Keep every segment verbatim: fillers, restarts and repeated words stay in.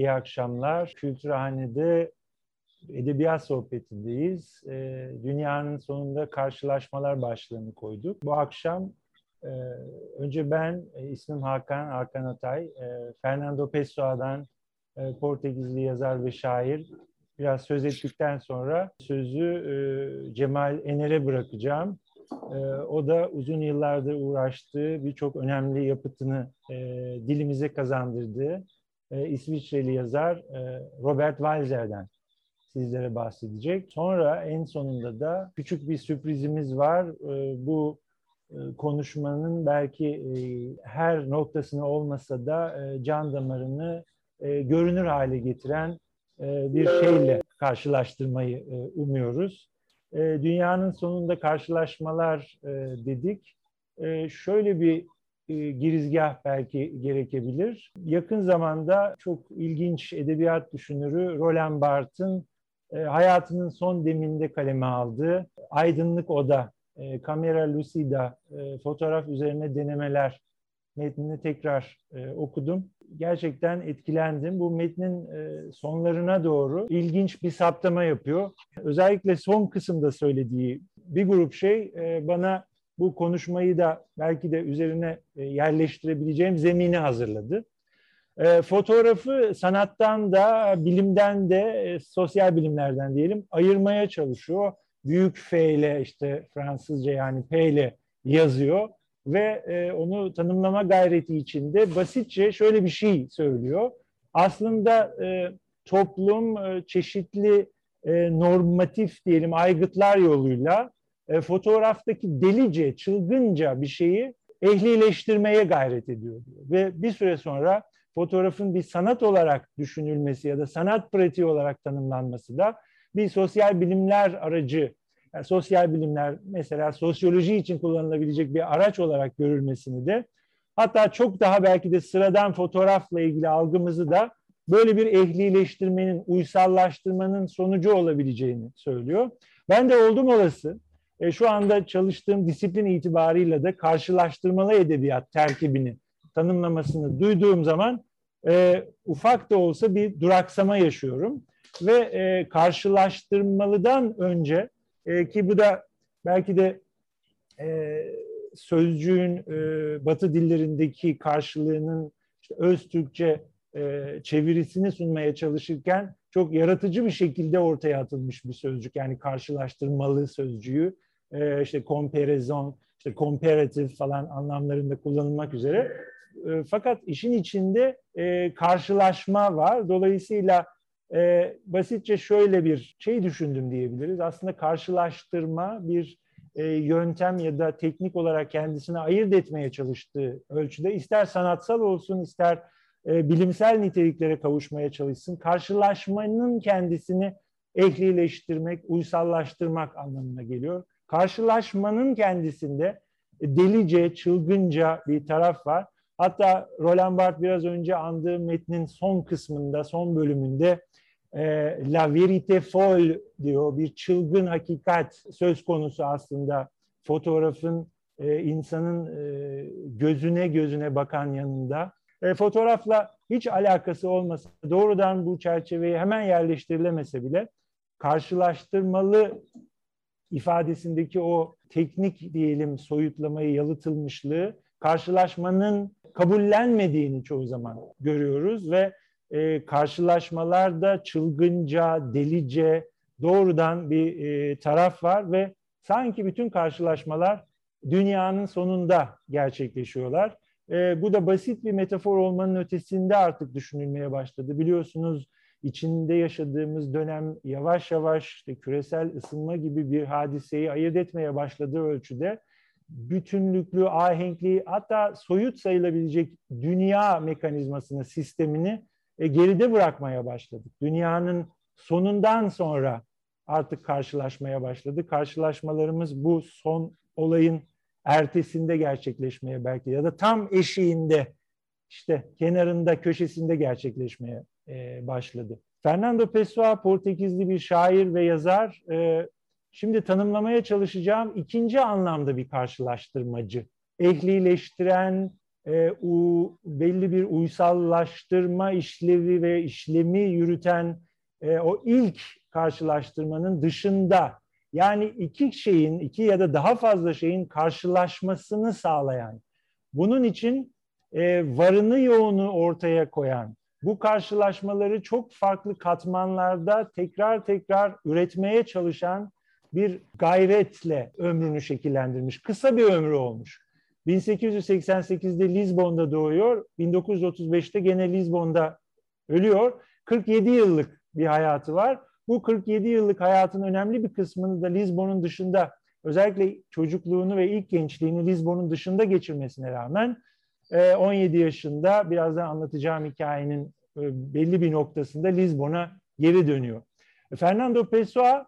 iyi akşamlar. Kültürhane'de edebiyat sohbetindeyiz. E, dünyanın sonunda karşılaşmalar başlığını koyduk. Bu akşam e, önce ben, e, ismim Hakan, Hakan Atay. E, Fernando Pessoa'dan e, Portekizli yazar ve şair biraz söz ettikten sonra sözü e, Cemal Ener'e bırakacağım. E, o da uzun yıllardır uğraştığı birçok önemli yapıtını e, dilimize kazandırdığı e, İsviçreli yazar e, Robert Walser'den sizlere bahsedecek. Sonra en sonunda da küçük bir sürprizimiz var. E, bu e, konuşmanın belki e, her noktasını olmasa da e, can damarını e, görünür hale getiren e, bir şeyle karşılaştırmayı e, umuyoruz. E, dünyanın sonunda karşılaşmalar e, dedik. E, şöyle bir e, girizgah belki gerekebilir. Yakın zamanda çok ilginç edebiyat düşünürü Roland Barthes'in e, hayatının son deminde kaleme aldığı Aydınlık Oda, e, Camera Lucida, e, fotoğraf üzerine denemeler metnini tekrar e, okudum. Gerçekten etkilendim. Bu metnin e, sonlarına doğru ilginç bir saptama yapıyor. Özellikle son kısımda söylediği bir grup şey e, bana bu konuşmayı da belki de üzerine e, yerleştirebileceğim zemini hazırladı. E, fotoğrafı sanattan da, bilimden de, e, sosyal bilimlerden diyelim ayırmaya çalışıyor. Büyük F ile, işte Fransızca yani P ile yazıyor ve e, onu tanımlama gayreti içinde basitçe şöyle bir şey söylüyor. Aslında e, toplum e, çeşitli e, normatif diyelim aygıtlar yoluyla e, fotoğraftaki delice, çılgınca bir şeyi ehlileştirmeye gayret ediyor diyor. Ve bir süre sonra fotoğrafın bir sanat olarak düşünülmesi ya da sanat pratiği olarak tanımlanması da bir sosyal bilimler aracı, yani sosyal bilimler mesela sosyoloji için kullanılabilecek bir araç olarak görülmesini de, hatta çok daha belki de sıradan fotoğrafla ilgili algımızı da böyle bir ehlileştirmenin, uysallaştırmanın sonucu olabileceğini söylüyor. Ben de oldum olası e, şu anda çalıştığım disiplin itibarıyla da karşılaştırmalı edebiyat terkibini tanımlamasını duyduğum zaman e, ufak da olsa bir duraksama yaşıyorum. Ve e, karşılaştırmalıdan önce e, ki bu da belki de e, sözcüğün e, Batı dillerindeki karşılığının işte öz Türkçe e, çevirisini sunmaya çalışırken çok yaratıcı bir şekilde ortaya atılmış bir sözcük. Yani karşılaştırmalı sözcüğü e, işte comparison, işte comparative falan anlamlarında kullanılmak üzere. E, fakat işin içinde e, karşılaşma var. Dolayısıyla e, basitçe şöyle bir şey düşündüm diyebiliriz. Aslında karşılaştırma bir e, yöntem ya da teknik olarak kendisini ayırt etmeye çalıştığı ölçüde ister sanatsal olsun ister e, bilimsel niteliklere kavuşmaya çalışsın. Karşılaşmanın kendisini ehlileştirmek, uysallaştırmak anlamına geliyor. Karşılaşmanın kendisinde delice, çılgınca bir taraf var. Hatta Roland Barthes biraz önce andığı metnin son kısmında, son bölümünde e, La vérité folle diyor. Bir çılgın hakikat söz konusu aslında fotoğrafın e, insanın e, gözüne gözüne bakan yanında. E, fotoğrafla hiç alakası olmasa, doğrudan bu çerçeveye hemen yerleştirilemese bile karşılaştırmalı ifadesindeki o teknik diyelim soyutlamayı, yalıtılmışlığı karşılaşmanın kabullenmediğini çoğu zaman görüyoruz ve e, karşılaşmalarda çılgınca, delice, doğrudan bir e, taraf var ve sanki bütün karşılaşmalar dünyanın sonunda gerçekleşiyorlar. E, bu da basit bir metafor olmanın ötesinde artık düşünülmeye başladı. Biliyorsunuz içinde yaşadığımız dönem yavaş yavaş işte küresel ısınma gibi bir hadiseyi ayırt etmeye başladığı ölçüde bütünlüklü, ahenkli, hatta soyut sayılabilecek dünya mekanizmasını, sistemini e, geride bırakmaya başladık. Dünyanın sonundan sonra artık karşılaşmaya başladı. Karşılaşmalarımız bu son olayın ertesinde gerçekleşmeye belki ya da tam eşiğinde, işte kenarında, köşesinde gerçekleşmeye e, başladı. Fernando Pessoa Portekizli bir şair ve yazar. E, şimdi tanımlamaya çalışacağım ikinci anlamda bir karşılaştırmacı. Ehlileştiren, e, u, belli bir uysallaştırma işlevi ve işlemi yürüten e, o ilk karşılaştırmanın dışında, yani iki şeyin, iki ya da daha fazla şeyin karşılaşmasını sağlayan, bunun için e, varını yoğunu ortaya koyan, bu karşılaşmaları çok farklı katmanlarda tekrar tekrar üretmeye çalışan bir gayretle ömrünü şekillendirmiş. Kısa bir ömrü olmuş. bin sekiz yüz seksen sekizde Lizbon'da doğuyor. bin dokuz yüz otuz beşte gene Lizbon'da ölüyor. kırk yedi yıllık bir hayatı var. Bu kırk yedi yıllık hayatın önemli bir kısmını da Lizbon'un dışında, özellikle çocukluğunu ve ilk gençliğini Lizbon'un dışında geçirmesine rağmen on yedi yaşında, birazdan anlatacağım hikayenin belli bir noktasında Lizbon'a geri dönüyor. Fernando Pessoa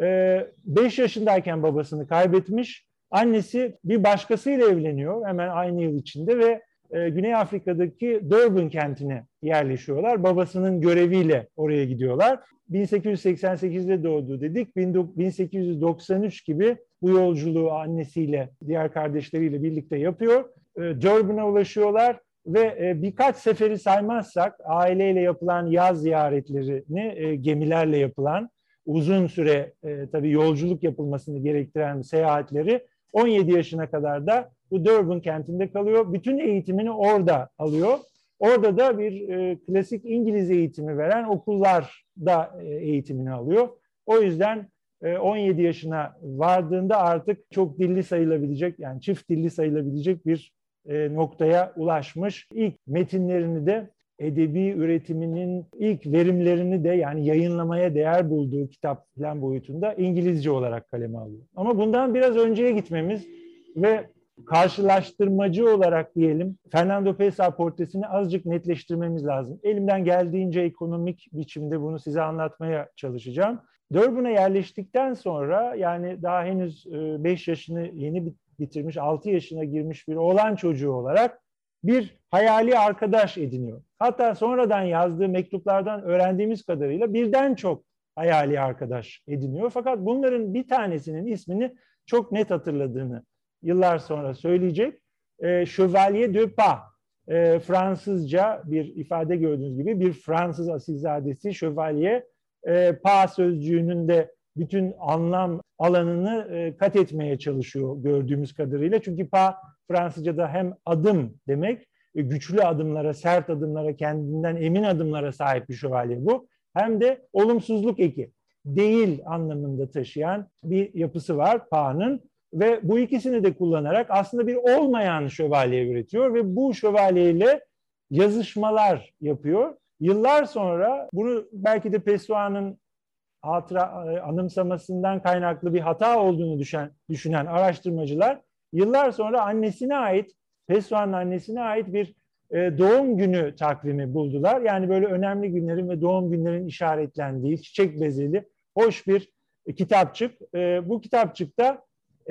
beş yaşındayken babasını kaybetmiş. Annesi bir başkasıyla evleniyor hemen aynı yıl içinde ve Güney Afrika'daki Durban kentine yerleşiyorlar. Babasının göreviyle oraya gidiyorlar. bin sekiz yüz seksen sekizde doğdu dedik. bin sekiz yüz doksan üç gibi bu yolculuğu annesiyle, diğer kardeşleriyle birlikte yapıyor. Durban'a ulaşıyorlar ve birkaç seferi saymazsak aileyle yapılan yaz ziyaretlerini, gemilerle yapılan uzun süre tabii yolculuk yapılmasını gerektiren seyahatleri, on yedi yaşına kadar da bu Durban kentinde kalıyor. Bütün eğitimini orada alıyor. Orada da bir e, klasik İngiliz eğitimi veren okullarda e, eğitimini alıyor. O yüzden e, on yedi yaşına vardığında artık çok dilli sayılabilecek, yani çift dilli sayılabilecek bir e, noktaya ulaşmış. İlk metinlerini de, edebi üretiminin ilk verimlerini de, yani yayınlamaya değer bulduğu kitap falan boyutunda İngilizce olarak kaleme alıyor. Ama bundan biraz önceye gitmemiz ve karşılaştırmacı olarak diyelim Fernando Pessoa portresini azıcık netleştirmemiz lazım. Elimden geldiğince ekonomik biçimde bunu size anlatmaya çalışacağım. Durban'a yerleştikten sonra, yani daha henüz beş yaşını yeni bitirmiş, altı yaşına girmiş bir oğlan çocuğu olarak bir hayali arkadaş ediniyor. Hatta sonradan yazdığı mektuplardan öğrendiğimiz kadarıyla birden çok hayali arkadaş ediniyor. Fakat bunların bir tanesinin ismini çok net hatırladığını yıllar sonra söyleyecek. E, Chevalier de Pas. E, Fransızca bir ifade, gördüğünüz gibi bir Fransız asilzadesi Chevalier. E, Pas sözcüğünün de bütün anlam alanını e, kat etmeye çalışıyor gördüğümüz kadarıyla. Çünkü Pas Fransızca'da hem adım demek, e, güçlü adımlara, sert adımlara, kendinden emin adımlara sahip bir şövalye bu. Hem de olumsuzluk eki, değil anlamında taşıyan bir yapısı var Pas'ın. Ve bu ikisini de kullanarak aslında bir olmayan şövalye üretiyor ve bu şövalyeyle yazışmalar yapıyor. Yıllar sonra bunu belki de Pessoa'nın hatıra anımsamasından kaynaklı bir hata olduğunu düşen, düşünen araştırmacılar yıllar sonra annesine ait, Pessoa'nın annesine ait bir e, doğum günü takvimi buldular. Yani böyle önemli günlerin ve doğum günlerin işaretlendiği çiçek bezeli hoş bir e, kitapçık. E, bu kitapçıkta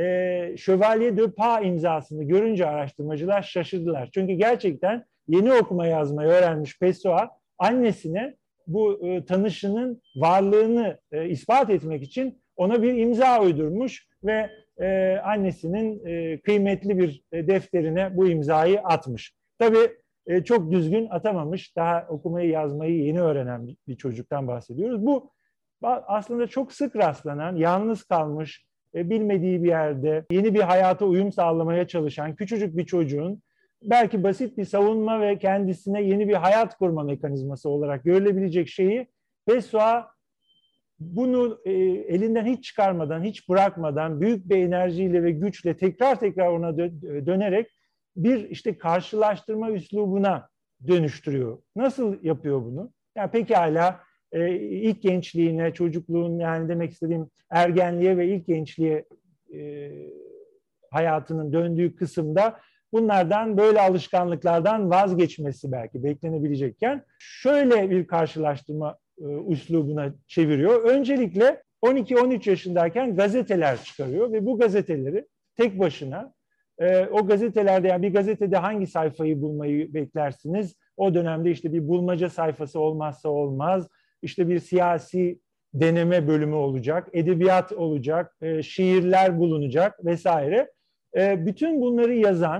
e, Chevalier de Pas imzasını görünce araştırmacılar şaşırdılar. Çünkü gerçekten yeni okuma yazmayı öğrenmiş Pessoa annesine bu e, tanışının varlığını e, ispat etmek için ona bir imza uydurmuş ve e, annesinin e, kıymetli bir e, defterine bu imzayı atmış. Tabii e, çok düzgün atamamış. Daha okumayı yazmayı yeni öğrenen bir çocuktan bahsediyoruz. Bu aslında çok sık rastlanan, yalnız kalmış, e, bilmediği bir yerde yeni bir hayata uyum sağlamaya çalışan küçücük bir çocuğun belki basit bir savunma ve kendisine yeni bir hayat kurma mekanizması olarak görülebilecek şeyi Pessoa bunu e, elinden hiç çıkarmadan, hiç bırakmadan, büyük bir enerjiyle ve güçle tekrar tekrar ona dö- dönerek bir işte karşılaştırma üslubuna dönüştürüyor. Nasıl yapıyor bunu? Yani pekala e, ilk gençliğine, çocukluğun, yani demek istediğim ergenliğe ve ilk gençliğe e, hayatının döndüğü kısımda bunlardan, böyle alışkanlıklardan vazgeçmesi belki beklenebilecekken şöyle bir karşılaştırma e, üslubuna çeviriyor. Öncelikle on iki on üç yaşındayken gazeteler çıkarıyor ve bu gazeteleri tek başına e, o gazetelerde, yani bir gazetede hangi sayfayı bulmayı beklersiniz? O dönemde işte bir bulmaca sayfası olmazsa olmaz. İşte bir siyasi deneme bölümü olacak, edebiyat olacak, e, şiirler bulunacak vesaire. E, bütün bunları yazan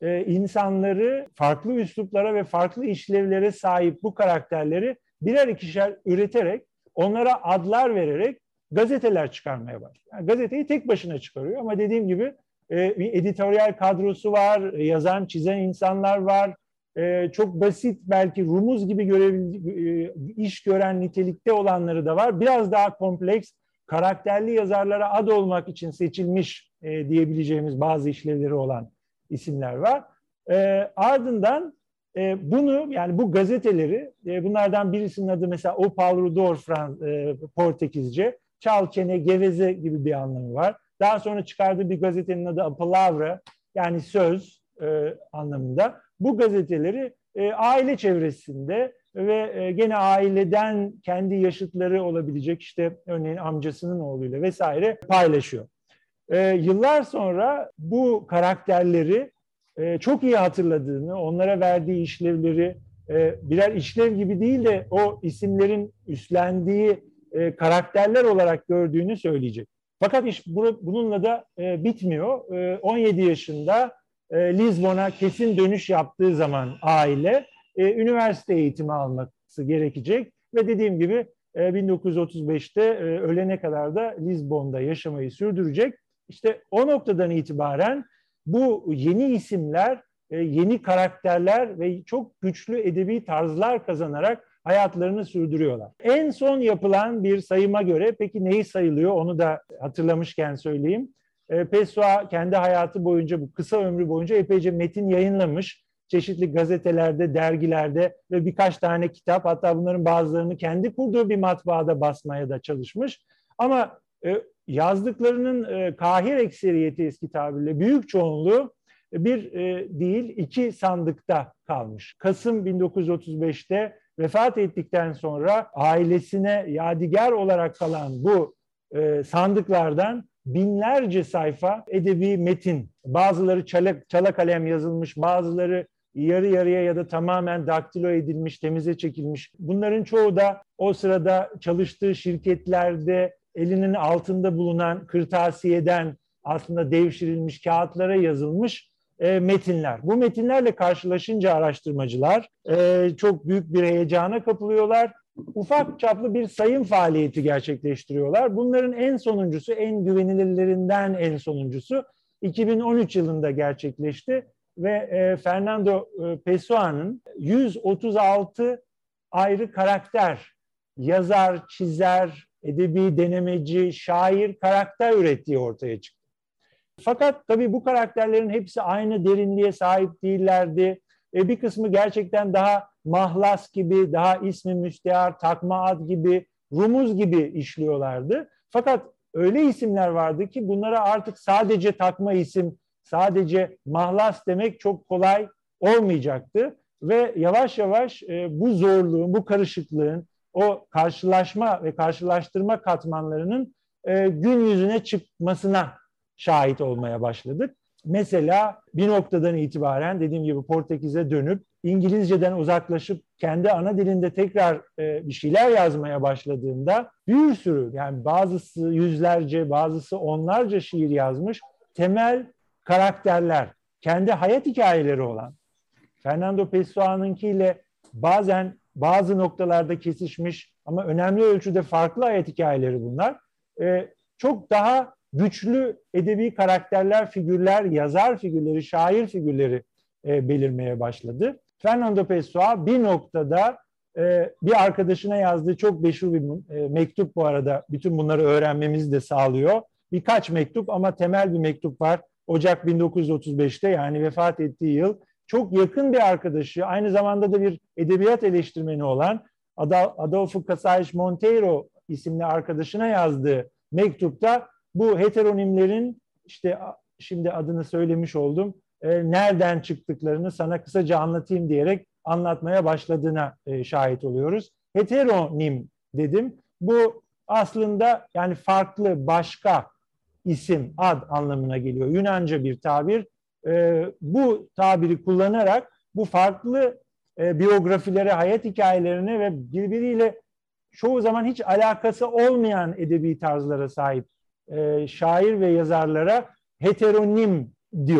e, insanları farklı üsluplara ve farklı işlevlere sahip bu karakterleri birer ikişer üreterek, onlara adlar vererek gazeteler çıkarmaya başlıyor. Yani gazeteyi tek başına çıkarıyor ama dediğim gibi e, bir editoryal kadrosu var, yazan, çizen insanlar var. E, çok basit, belki rumuz gibi görebil, e, iş gören nitelikte olanları da var. Biraz daha kompleks, karakterli yazarlara ad olmak için seçilmiş e, diyebileceğimiz bazı işlevleri olan isimler var. E, ardından e, bunu, yani bu gazeteleri, e, bunlardan birisinin adı mesela O Paulo D'Or, e, Portekizce, çal, çene, geveze gibi bir anlamı var. Daha sonra çıkardığı bir gazetenin adı A Palavra, yani söz e, anlamında. Bu gazeteleri e, aile çevresinde ve e, gene aileden kendi yaşıtları olabilecek, işte örneğin amcasının oğluyla vesaire paylaşıyor. E, yıllar sonra bu karakterleri e, çok iyi hatırladığını, onlara verdiği işlevleri e, birer işlev gibi değil de o isimlerin üstlendiği e, karakterler olarak gördüğünü söyleyecek. Fakat iş bununla da e, bitmiyor. E, on yedi yaşında e, Lizbon'a kesin dönüş yaptığı zaman aile e, üniversite eğitimi alması gerekecek ve dediğim gibi e, bin dokuz yüz otuz beşte e, ölene kadar da Lizbon'da yaşamayı sürdürecek. İşte o noktadan itibaren bu yeni isimler, e, yeni karakterler ve çok güçlü edebi tarzlar kazanarak hayatlarını sürdürüyorlar. En son yapılan bir sayıma göre, peki neyi sayılıyor onu da hatırlamışken söyleyeyim. E, Pessoa kendi hayatı boyunca, bu kısa ömrü boyunca epeyce metin yayınlamış. Çeşitli gazetelerde, dergilerde ve birkaç tane kitap, hatta bunların bazılarını kendi kurduğu bir matbaada basmaya da çalışmış. Ama e, yazdıklarının e, kahir ekseriyeti, eski tabirle büyük çoğunluğu bir e, değil iki sandıkta kalmış. Kasım bin dokuz yüz otuz beşte vefat ettikten sonra ailesine yadigar olarak kalan bu e, sandıklardan binlerce sayfa edebi metin, bazıları çala, çala kalem yazılmış, bazıları yarı yarıya ya da tamamen daktilo edilmiş, temize çekilmiş. Bunların çoğu da o sırada çalıştığı şirketlerde elinin altında bulunan kırtasiyeden aslında devşirilmiş kağıtlara yazılmış e, metinler. Bu metinlerle karşılaşınca araştırmacılar e, çok büyük bir heyecana kapılıyorlar. Ufak çaplı bir sayım faaliyeti gerçekleştiriyorlar. Bunların en sonuncusu, en güvenilirlerinden en sonuncusu iki bin on üç yılında gerçekleşti ve e, Fernando e, Pessoa'nın yüz otuz altı ayrı karakter, yazar, çizer, edebi denemeci, şair karakter ürettiği ortaya çıktı. Fakat tabii bu karakterlerin hepsi aynı derinliğe sahip değillerdi. E, bir kısmı gerçekten daha mahlas gibi, daha ismi müstehar, takma ad gibi, rumuz gibi işliyorlardı. Fakat öyle isimler vardı ki bunlara artık sadece takma isim, sadece mahlas demek çok kolay olmayacaktı. Ve yavaş yavaş e, bu zorluğun, bu karışıklığın, o karşılaşma ve karşılaştırma katmanlarının e, gün yüzüne çıkmasına şahit olmaya başladık. Mesela bir noktadan itibaren dediğim gibi Portekiz'e dönüp İngilizceden uzaklaşıp kendi ana dilinde tekrar e, bir şeyler yazmaya başladığında bir sürü, yani bazısı yüzlerce, bazısı onlarca şiir yazmış temel karakterler, kendi hayat hikayeleri olan, Fernando Pessoa'nınkiyle bazen bazı noktalarda kesişmiş ama önemli ölçüde farklı hayat hikayeleri bunlar. Ee, çok daha güçlü edebi karakterler, figürler, yazar figürleri, şair figürleri e, belirmeye başladı. Fernando Pessoa bir noktada e, bir arkadaşına yazdığı çok meşhur bir e, mektup, bu arada bütün bunları öğrenmemizi de sağlıyor. Birkaç mektup ama temel bir mektup var. Ocak bin dokuz yüz otuz beşte, yani vefat ettiği yıl, çok yakın bir arkadaşı, aynı zamanda da bir edebiyat eleştirmeni olan Adolfo Casais Monteiro isimli arkadaşına yazdığı mektupta bu heteronimlerin, işte şimdi adını söylemiş oldum, e, nereden çıktıklarını sana kısaca anlatayım diyerek anlatmaya başladığına e, şahit oluyoruz. Heteronim dedim. Bu aslında yani farklı, başka, isim, ad anlamına geliyor. Yunanca bir tabir. E, bu tabiri kullanarak bu farklı e, biyografilere, hayat hikayelerine ve birbiriyle çoğu zaman hiç alakası olmayan edebi tarzlara sahip e, şair ve yazarlara heteronim diyor.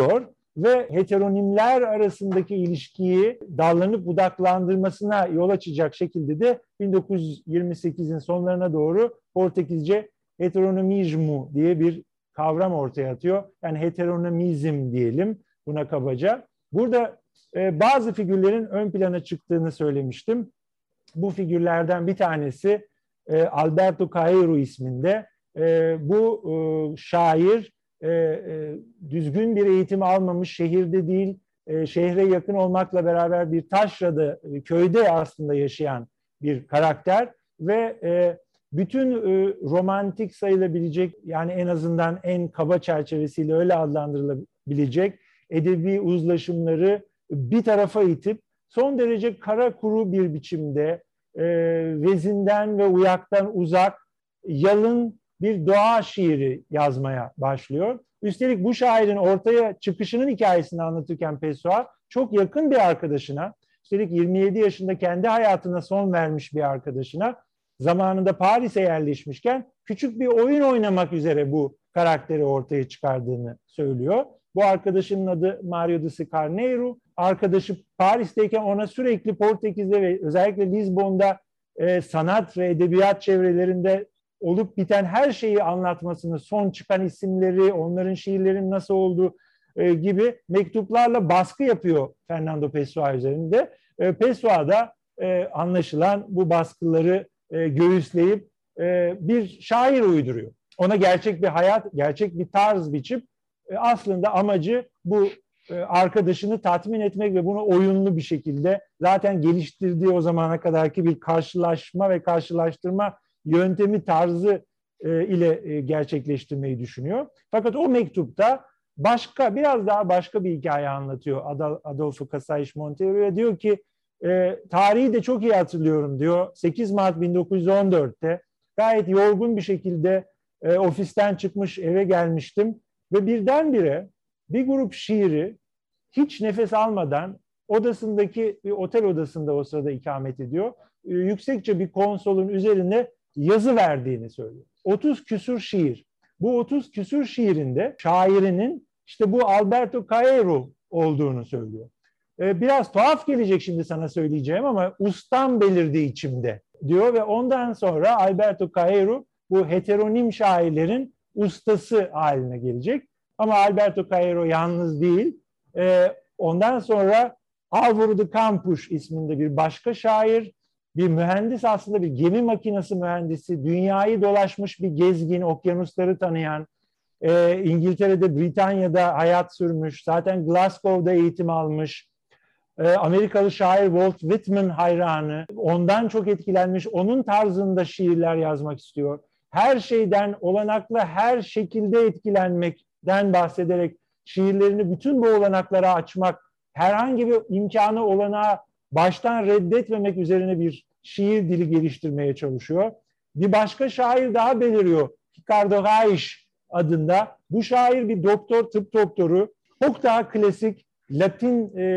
ve heteronimler arasındaki ilişkiyi dallanıp budaklandırmasına yol açacak şekilde de bin dokuz yüz yirmi sekizin sonlarına doğru Portekizce heteronomizmu diye bir kavram ortaya atıyor. Yani heteronomizm diyelim buna kabaca. Burada e, bazı figürlerin ön plana çıktığını söylemiştim. Bu figürlerden bir tanesi e, Alberto Caeiro isminde. E, bu e, şair e, e, düzgün bir eğitim almamış, şehirde değil, e, şehre yakın olmakla beraber bir taşrada, e, köyde aslında yaşayan bir karakter ve e, bütün e, romantik sayılabilecek, yani en azından en kaba çerçevesiyle öyle adlandırılabilecek edebi uzlaşımları bir tarafa itip son derece kara kuru bir biçimde e, vezinden ve uyaktan uzak, yalın bir doğa şiiri yazmaya başlıyor. Üstelik bu şairin ortaya çıkışının hikayesini anlatırken Pessoa çok yakın bir arkadaşına, üstelik yirmi yedi yaşında kendi hayatına son vermiş bir arkadaşına, zamanında Paris'e yerleşmişken küçük bir oyun oynamak üzere bu karakteri ortaya çıkardığını söylüyor. Bu arkadaşının adı Mario de Carneiro. Arkadaşı Paris'teyken ona sürekli Portekiz'de ve özellikle Lizbon'da e, sanat ve edebiyat çevrelerinde olup biten her şeyi anlatmasını, son çıkan isimleri, onların şiirlerin nasıl olduğu e, gibi mektuplarla baskı yapıyor Fernando Pessoa üzerinde. E, Pessoa da e, anlaşılan bu baskıları e, göğüsleyip e, bir şair uyduruyor. Ona gerçek bir hayat, gerçek bir tarz biçip e, aslında amacı bu e, arkadaşını tatmin etmek ve bunu oyunlu bir şekilde zaten geliştirdiği o zamana kadarki bir karşılaşma ve karşılaştırma yöntemi tarzı e, ile e, gerçekleştirmeyi düşünüyor. Fakat o mektupta başka, biraz daha başka bir hikaye anlatıyor Adolfo Casais Monteiro. Diyor ki e, tarihi de çok iyi hatırlıyorum diyor. sekiz Mart bin dokuz yüz on dörtte gayet yorgun bir şekilde e, ofisten çıkmış eve gelmiştim ve birdenbire bir grup şiiri hiç nefes almadan odasındaki bir otel odasında o sırada ikamet ediyor. E, yüksekçe bir konsolun üzerine yazı verdiğini söylüyor. otuz küsur şiir. Bu otuz küsur şiirinde şairinin işte bu Alberto Caeiro olduğunu söylüyor. Ee, biraz tuhaf gelecek şimdi sana söyleyeceğim ama ustam belirdi içimde diyor ve ondan sonra Alberto Caeiro bu heteronim şairlerin ustası haline gelecek. Ama Alberto Caeiro yalnız değil. Ee, ondan sonra Álvaro de Campos isminde bir başka şair, bir mühendis, aslında bir gemi makinesi mühendisi, dünyayı dolaşmış bir gezgin, okyanusları tanıyan, e, İngiltere'de, Britanya'da hayat sürmüş, zaten Glasgow'da eğitim almış, e, Amerikalı şair Walt Whitman hayranı, ondan çok etkilenmiş, onun tarzında şiirler yazmak istiyor. Her şeyden, olanaklı her şekilde etkilenmekten bahsederek şiirlerini bütün bu olanaklara açmak, herhangi bir imkanı olanağı baştan reddetmemek üzerine bir şiir dili geliştirmeye çalışıyor. Bir başka şair daha beliriyor. Ricardo Reis adında. Bu şair bir doktor, tıp doktoru. Çok daha klasik, Latin e,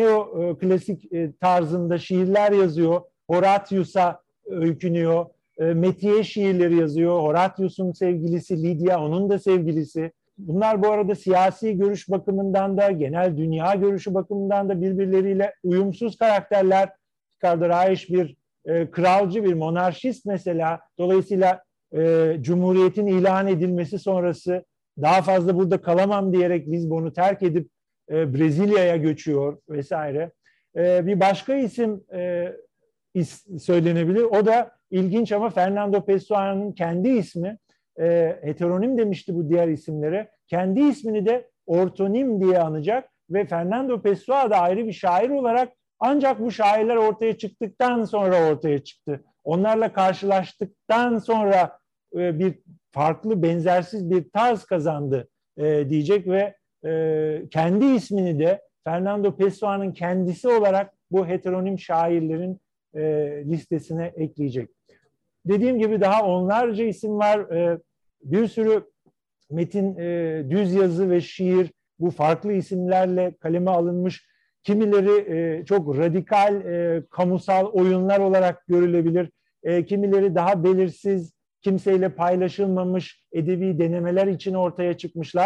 neoklasik e, tarzında şiirler yazıyor. Horatius'a öykünüyor. E, Metiye şiirleri yazıyor. Horatius'un sevgilisi Lydia, onun da sevgilisi. Bunlar bu arada siyasi görüş bakımından da, genel dünya görüşü bakımından da birbirleriyle uyumsuz karakterler. Ricardo Reis bir e, kralcı, bir monarşist mesela. Dolayısıyla e, Cumhuriyet'in ilan edilmesi sonrası daha fazla burada kalamam diyerek Lizbon'u terk edip e, Brezilya'ya göçüyor vesaire. E, bir başka isim e, is, söylenebilir. O da ilginç ama Fernando Pessoa'nın kendi ismi. E, heteronim demişti bu diğer isimlere. Kendi ismini de ortonim diye anacak ve Fernando Pessoa da ayrı bir şair olarak ancak bu şairler ortaya çıktıktan sonra ortaya çıktı. Onlarla karşılaştıktan sonra e, bir farklı, benzersiz bir tarz kazandı e, diyecek ve e, kendi ismini de Fernando Pessoa'nın kendisi olarak bu heteronim şairlerin e, listesine ekleyecek. Dediğim gibi daha onlarca isim var. E, bir sürü metin, e, düz yazı ve şiir bu farklı isimlerle kaleme alınmış. Kimileri e, çok radikal e, kamusal oyunlar olarak görülebilir. E, kimileri daha belirsiz, kimseyle paylaşılmamış edebi denemeler için ortaya çıkmışlar.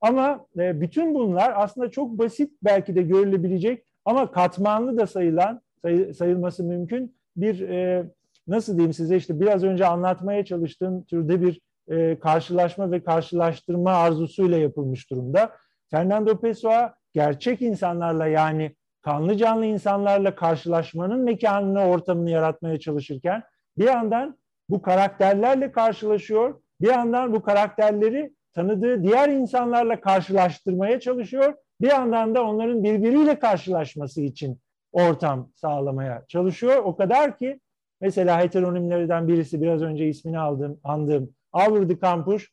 Ama e, bütün bunlar aslında çok basit belki de görülebilecek ama katmanlı da sayılan, say, sayılması mümkün bir e, nasıl diyeyim size, işte biraz önce anlatmaya çalıştığım türde bir e, karşılaşma ve karşılaştırma arzusuyla yapılmış durumda. Fernando Pessoa gerçek insanlarla, yani kanlı canlı insanlarla karşılaşmanın mekanını, ortamını yaratmaya çalışırken bir yandan bu karakterlerle karşılaşıyor, bir yandan bu karakterleri tanıdığı diğer insanlarla karşılaştırmaya çalışıyor, bir yandan da onların birbiriyle karşılaşması için ortam sağlamaya çalışıyor. O kadar ki mesela heteronimlerden birisi, biraz önce ismini aldığım, andığım Álvaro de Campos,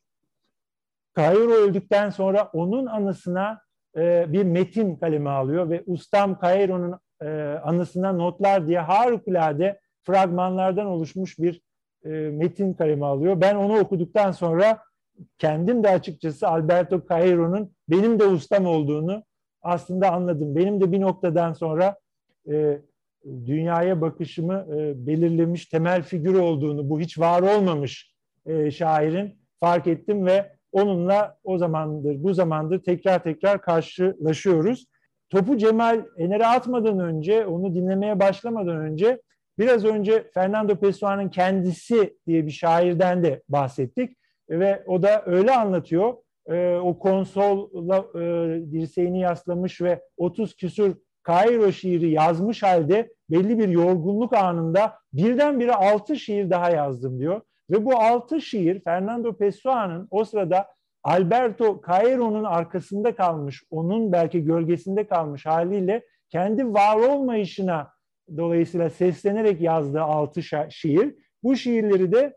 Cairo öldükten sonra onun anısına e, bir metin kaleme alıyor ve ustam Cairo'nun e, anısına notlar diye harikulade fragmanlardan oluşmuş bir e, metin kaleme alıyor. Ben onu okuduktan sonra kendim de açıkçası Alberto Cairo'nun benim de ustam olduğunu aslında anladım. Benim de bir noktadan sonra e, dünyaya bakışımı e, belirlemiş temel figür olduğunu, bu hiç var olmamış e, şairin fark ettim ve onunla o zamandır, bu zamandır tekrar tekrar karşılaşıyoruz. Topu Cemal Ener'e atmadan önce, onu dinlemeye başlamadan önce biraz önce Fernando Pessoa'nın kendisi diye bir şairden de bahsettik. Ve o da öyle anlatıyor. E, o konsolla e, dirseğini yaslamış ve otuz küsur Kairo şiiri yazmış halde belli bir yorgunluk anında birdenbire altı şiir daha yazdım diyor. Ve bu altı şiir Fernando Pessoa'nın o sırada Alberto Cairo'nun arkasında kalmış, onun belki gölgesinde kalmış haliyle kendi var olmayışına dolayısıyla seslenerek yazdığı altı şiir. Bu şiirleri de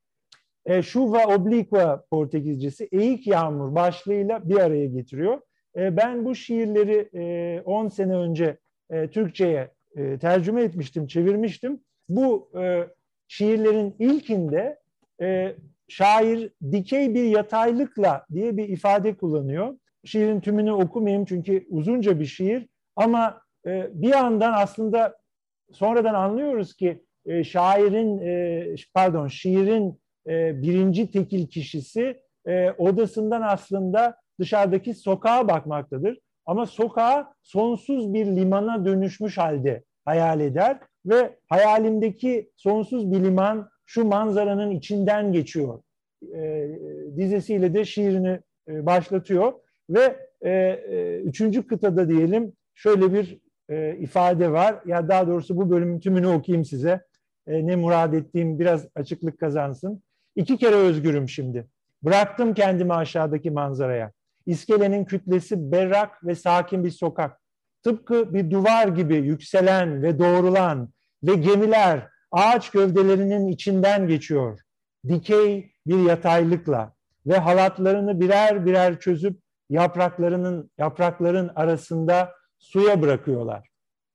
e, Chuva Obliqua Portekizcesi, Eğik Yağmur başlığıyla bir araya getiriyor. E, ben bu şiirleri e, on sene önce e, Türkçe'ye e, tercüme etmiştim, çevirmiştim. Bu e, şiirlerin ilkinde e, şair dikey bir yataylıkla diye bir ifade kullanıyor. Şiirin tümünü okumayayım çünkü uzunca bir şiir ama e, bir yandan aslında sonradan anlıyoruz ki e, şairin e, pardon şiirin e, birinci tekil kişisi e, odasından aslında dışarıdaki sokağa bakmaktadır. Ama sokağa sonsuz bir limana dönüşmüş halde hayal eder ve hayalimdeki sonsuz bir liman şu manzaranın içinden geçiyor. E, dizesiyle de şiirini e, başlatıyor ve e, e, üçüncü kıtada diyelim şöyle bir e, ifade var. Ya daha doğrusu bu bölümün tümünü okuyayım size. E, ne murad ettiğim biraz açıklık kazansın. İki kere özgürüm şimdi. Bıraktım kendimi aşağıdaki manzaraya. İskelenin kütlesi berrak ve sakin bir sokak. Tıpkı bir duvar gibi yükselen ve doğrulan ve gemiler ağaç gövdelerinin içinden geçiyor. Dikey bir yataylıkla ve halatlarını birer birer çözüp yapraklarının yaprakların arasında suya bırakıyorlar.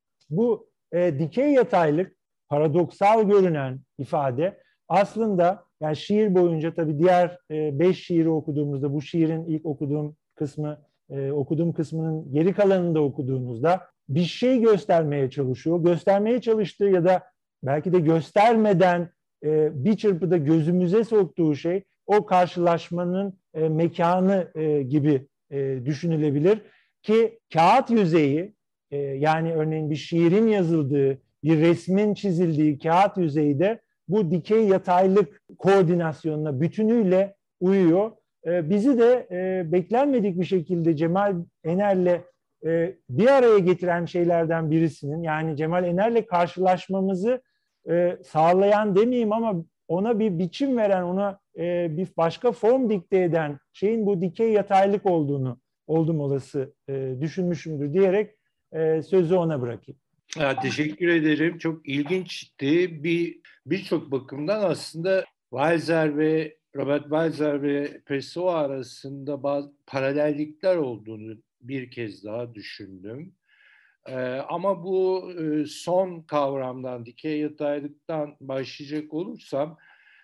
Bu e, dikey yataylık, paradoksal görünen ifade aslında, yani şiir boyunca tabii diğer e, beş şiiri okuduğumuzda, bu şiirin ilk okuduğum kısmı, e, okuduğum kısmının geri kalanını da okuduğumuzda bir şey göstermeye çalışıyor. Göstermeye çalıştığı ya da belki de göstermeden e, bir çırpıda gözümüze soktuğu şey o karşılaşmanın e, mekanı e, gibi e, düşünülebilir ki kağıt yüzeyi, e, yani örneğin bir şiirin yazıldığı, bir resmin çizildiği kağıt yüzeyi de bu dikey yataylık koordinasyonuna bütünüyle uyuyor. E, bizi de e, beklenmedik bir şekilde Cemal Ener'le e, bir araya getiren şeylerden birisinin, yani Cemal Ener'le karşılaşmamızı e, sağlayan demeyeyim ama ona bir biçim veren, ona e, bir başka form dikte eden şeyin bu dikey yataylık olduğunu oldum olası e, düşünmüşümdür diyerek e, sözü ona bırakayım. Ya, teşekkür ederim. Çok ilginçti. Bir birçok bakımdan aslında Walser ve Robert Walser ve Pessoa arasında bazı paralellikler olduğunu bir kez daha düşündüm. Ee, ama bu e, son kavramdan, dikey yataylıktan başlayacak olursam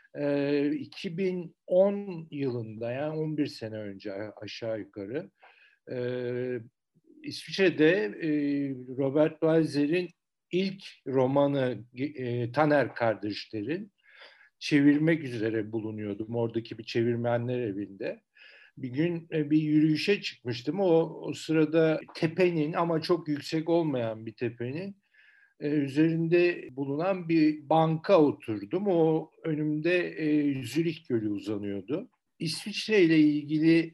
e, iki bin on yılında, yani on bir sene önce aşağı yukarı, e, İsviçre'de e, Robert Walser'in ilk romanı e, Tanner Kardeşler'in çevirmek üzere bulunuyordum. Oradaki bir çevirmenler evinde. Bir gün bir yürüyüşe çıkmıştım. O, o sırada tepenin, ama çok yüksek olmayan bir tepenin üzerinde bulunan bir banka oturdum. O önümde Zürih Gölü uzanıyordu. İsviçre ile ilgili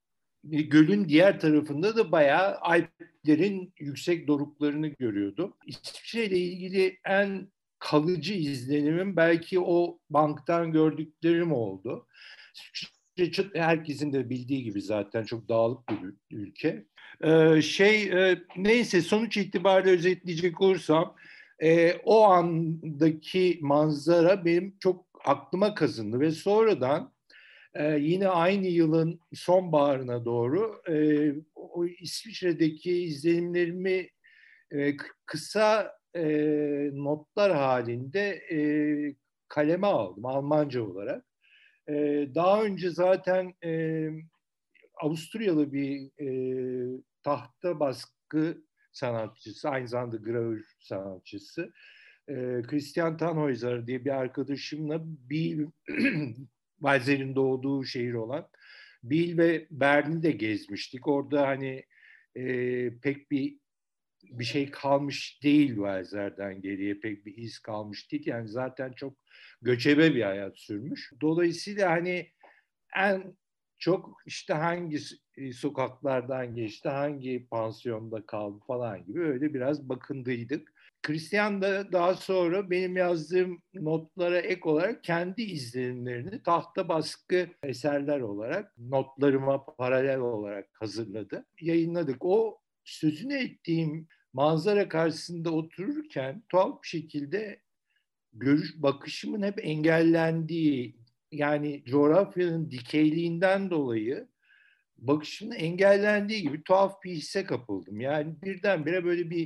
gölün diğer tarafında da bayağı Alplerin yüksek doruklarını görüyordum. İsviçre ile ilgili en kalıcı izlenimim belki o banktan gördüklerim oldu. İsviçre herkesin de bildiği gibi zaten çok dağlık bir ülke. Ee, şey e, neyse sonuç itibariyle özetleyecek olursam e, o andaki manzara benim çok aklıma kazındı ve sonradan Ee, yine aynı yılın sonbaharına doğru e, o İsviçre'deki izlenimlerimi e, kısa e, notlar halinde e, kaleme aldım Almanca olarak. E, daha önce zaten e, Avusturyalı bir e, tahta baskı sanatçısı, aynı zamanda gravür sanatçısı, e, Christian Tannhäuser diye bir arkadaşımla bir Walser'in doğduğu şehir olan Biel ve Bern'i de gezmiştik. Orada hani e, pek bir bir şey kalmış değil Walser'den geriye, pek bir iz kalmış değil. Yani zaten çok göçebe bir hayat sürmüş. Dolayısıyla hani en çok işte hangi sokaklardan geçti, hangi pansiyonda kaldı falan gibi öyle biraz bakındıydık. Christian da daha sonra benim yazdığım notlara ek olarak kendi izlenimlerini tahta baskı eserler olarak notlarıma paralel olarak hazırladı. Yayınladık. O sözünü ettiğim manzara karşısında otururken tuhaf bir şekilde görüş bakışımın hep engellendiği, yani coğrafyanın dikeyliğinden dolayı bakışımın engellendiği gibi tuhaf bir hisse kapıldım. Yani birdenbire böyle bir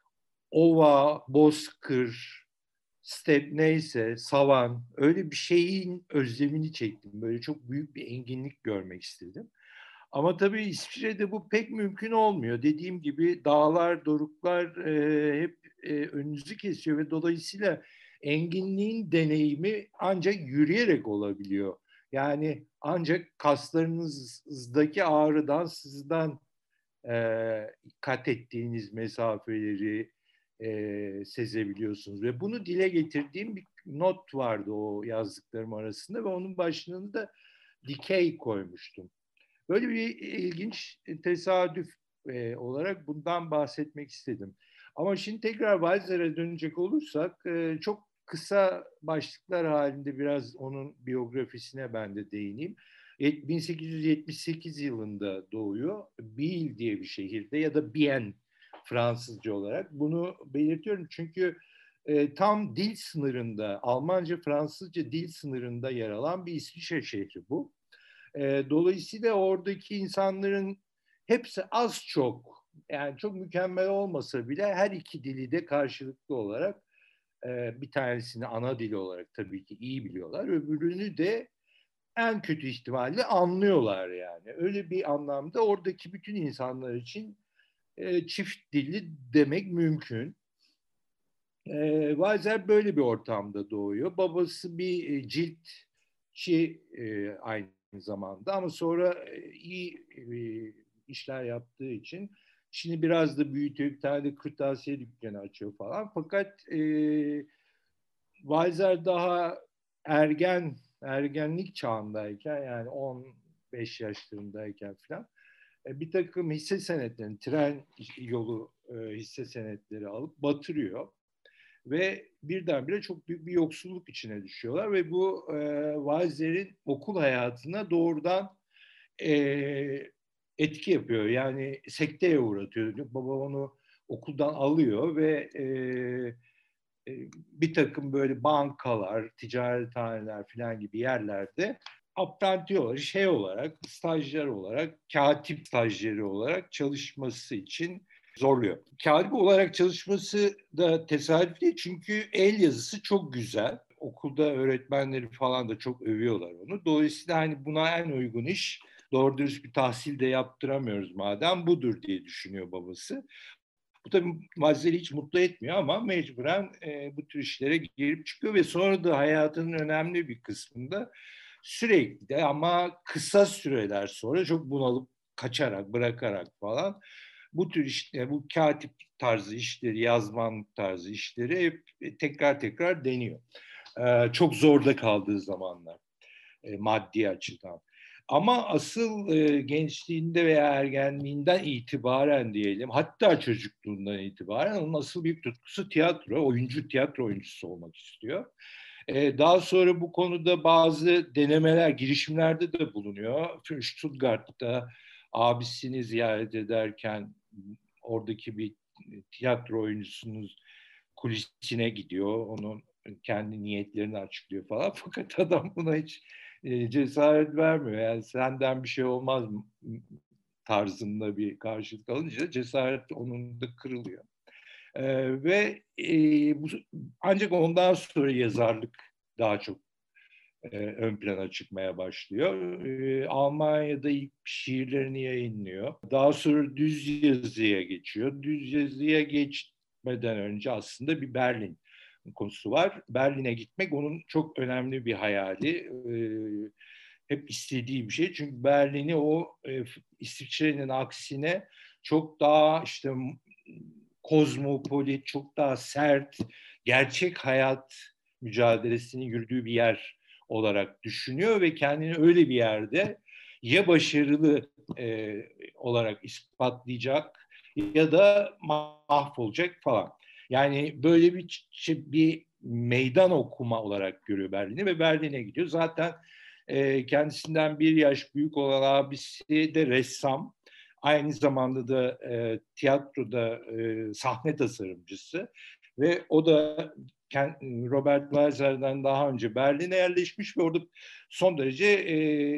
ova, bozkır, step neyse, savan, öyle bir şeyin özlemini çektim. Böyle çok büyük bir enginlik görmek istedim. Ama tabii İsviçre'de bu pek mümkün olmuyor. Dediğim gibi dağlar, doruklar e, hep e, önünüzü kesiyor ve dolayısıyla enginliğin deneyimi ancak yürüyerek olabiliyor. Yani ancak kaslarınızdaki ağrıdan, sizden e, kat ettiğiniz mesafeleri e, sezebiliyorsunuz. Ve bunu dile getirdiğim bir not vardı o yazdıklarım arasında ve onun başlığını da dikey koymuştum. Böyle bir ilginç tesadüf e, olarak bundan bahsetmek istedim. Ama şimdi tekrar Walser'e dönecek olursak e, çok kısa başlıklar halinde biraz onun biyografisine ben de değineyim. bin sekiz yüz yetmiş sekiz yılında doğuyor. Biel diye bir şehirde ya da Bien Fransızca olarak. Bunu belirtiyorum çünkü e, tam dil sınırında, Almanca-Fransızca dil sınırında yer alan bir İsviçre şehri bu. E, dolayısıyla oradaki insanların hepsi az çok, yani çok mükemmel olmasa bile her iki dili de karşılıklı olarak e, bir tanesini ana dili olarak tabii ki iyi biliyorlar. Öbürünü de en kötü ihtimalle anlıyorlar yani. Öyle bir anlamda oradaki bütün insanlar için e, çift dilli demek mümkün. E, Weiser böyle bir ortamda doğuyor. Babası bir e, ciltçi e, aynı zamanda ama sonra e, iyi e, işler yaptığı için şimdi biraz da büyütüyor. Bir tane de kırtasiye dükkanı açıyor falan. Fakat e, Weiser daha ergen ergenlik çağındayken, yani on beş yaşlarındayken falan e, bir takım hisse senetlerini, tren yolu e, hisse senetleri alıp batırıyor ve birdenbire çok büyük bir yoksulluk içine düşüyorlar ve bu e, Weiser'in okul hayatına doğrudan e, etki yapıyor. Yani sekteye uğratıyor. Baba onu okuldan alıyor ve e, e, bir takım böyle bankalar, ticarethaneler falan gibi yerlerde apprenti olarak, şey olarak, stajyer olarak, katip stajyeri olarak çalışması için zorluyor. Katip olarak çalışması da tesadüf değil çünkü el yazısı çok güzel. Okulda öğretmenleri falan da çok övüyorlar onu. Dolayısıyla hani buna en uygun iş, doğru dürüst bir tahsil de yaptıramıyoruz madem, budur diye düşünüyor babası. Bu tabii Mazzel'i hiç mutlu etmiyor ama mecburen e, bu tür işlere girip çıkıyor ve sonra da hayatının önemli bir kısmında Sürekli de ama kısa süreler sonra çok bunalıp kaçarak, bırakarak falan bu tür işte bu katip tarzı işleri, yazmanlık tarzı işleri hep tekrar tekrar deniyor. Ee, çok zorda kaldığı zamanlar e, maddi açıdan. Ama asıl e, gençliğinde veya ergenliğinden itibaren diyelim, hatta çocukluğundan itibaren onun asıl büyük tutkusu tiyatro, oyuncu, tiyatro oyuncusu olmak istiyor. E, daha sonra bu konuda bazı denemeler, girişimlerde de bulunuyor. Stuttgart'ta abisini ziyaret ederken oradaki bir tiyatro oyuncusunun kulisine gidiyor. Onun kendi niyetlerini açıklıyor falan. Fakat adam buna hiç e, cesaret vermiyor. Yani senden bir şey olmaz tarzında bir karşılık alınca cesaret onun da kırılıyor. Ee, ve e, bu, ancak ondan sonra yazarlık daha çok e, ön plana çıkmaya başlıyor. E, Almanya'da ilk şiirlerini yayınlıyor. Daha sonra düz yazıya geçiyor. Düz yazıya geçmeden önce aslında bir Berlin konusu var. Berlin'e gitmek onun çok önemli bir hayali. E, hep istediği bir şey. Çünkü Berlin'i o e, İsviçre'nin aksine çok daha işte kozmopolit, çok daha sert, gerçek hayat mücadelesinin yürüdüğü bir yer olarak düşünüyor ve kendini öyle bir yerde ya başarılı e, olarak ispatlayacak ya da mahvolacak falan. Yani böyle bir bir meydan okuma olarak görüyor Berlin'i ve Berlin'e gidiyor. Zaten e, kendisinden bir yaş büyük olan abisi de ressam. Aynı zamanda da e, tiyatroda e, sahne tasarımcısı ve o da Robert Walser'den daha önce Berlin'e yerleşmiş ve orada son derece e,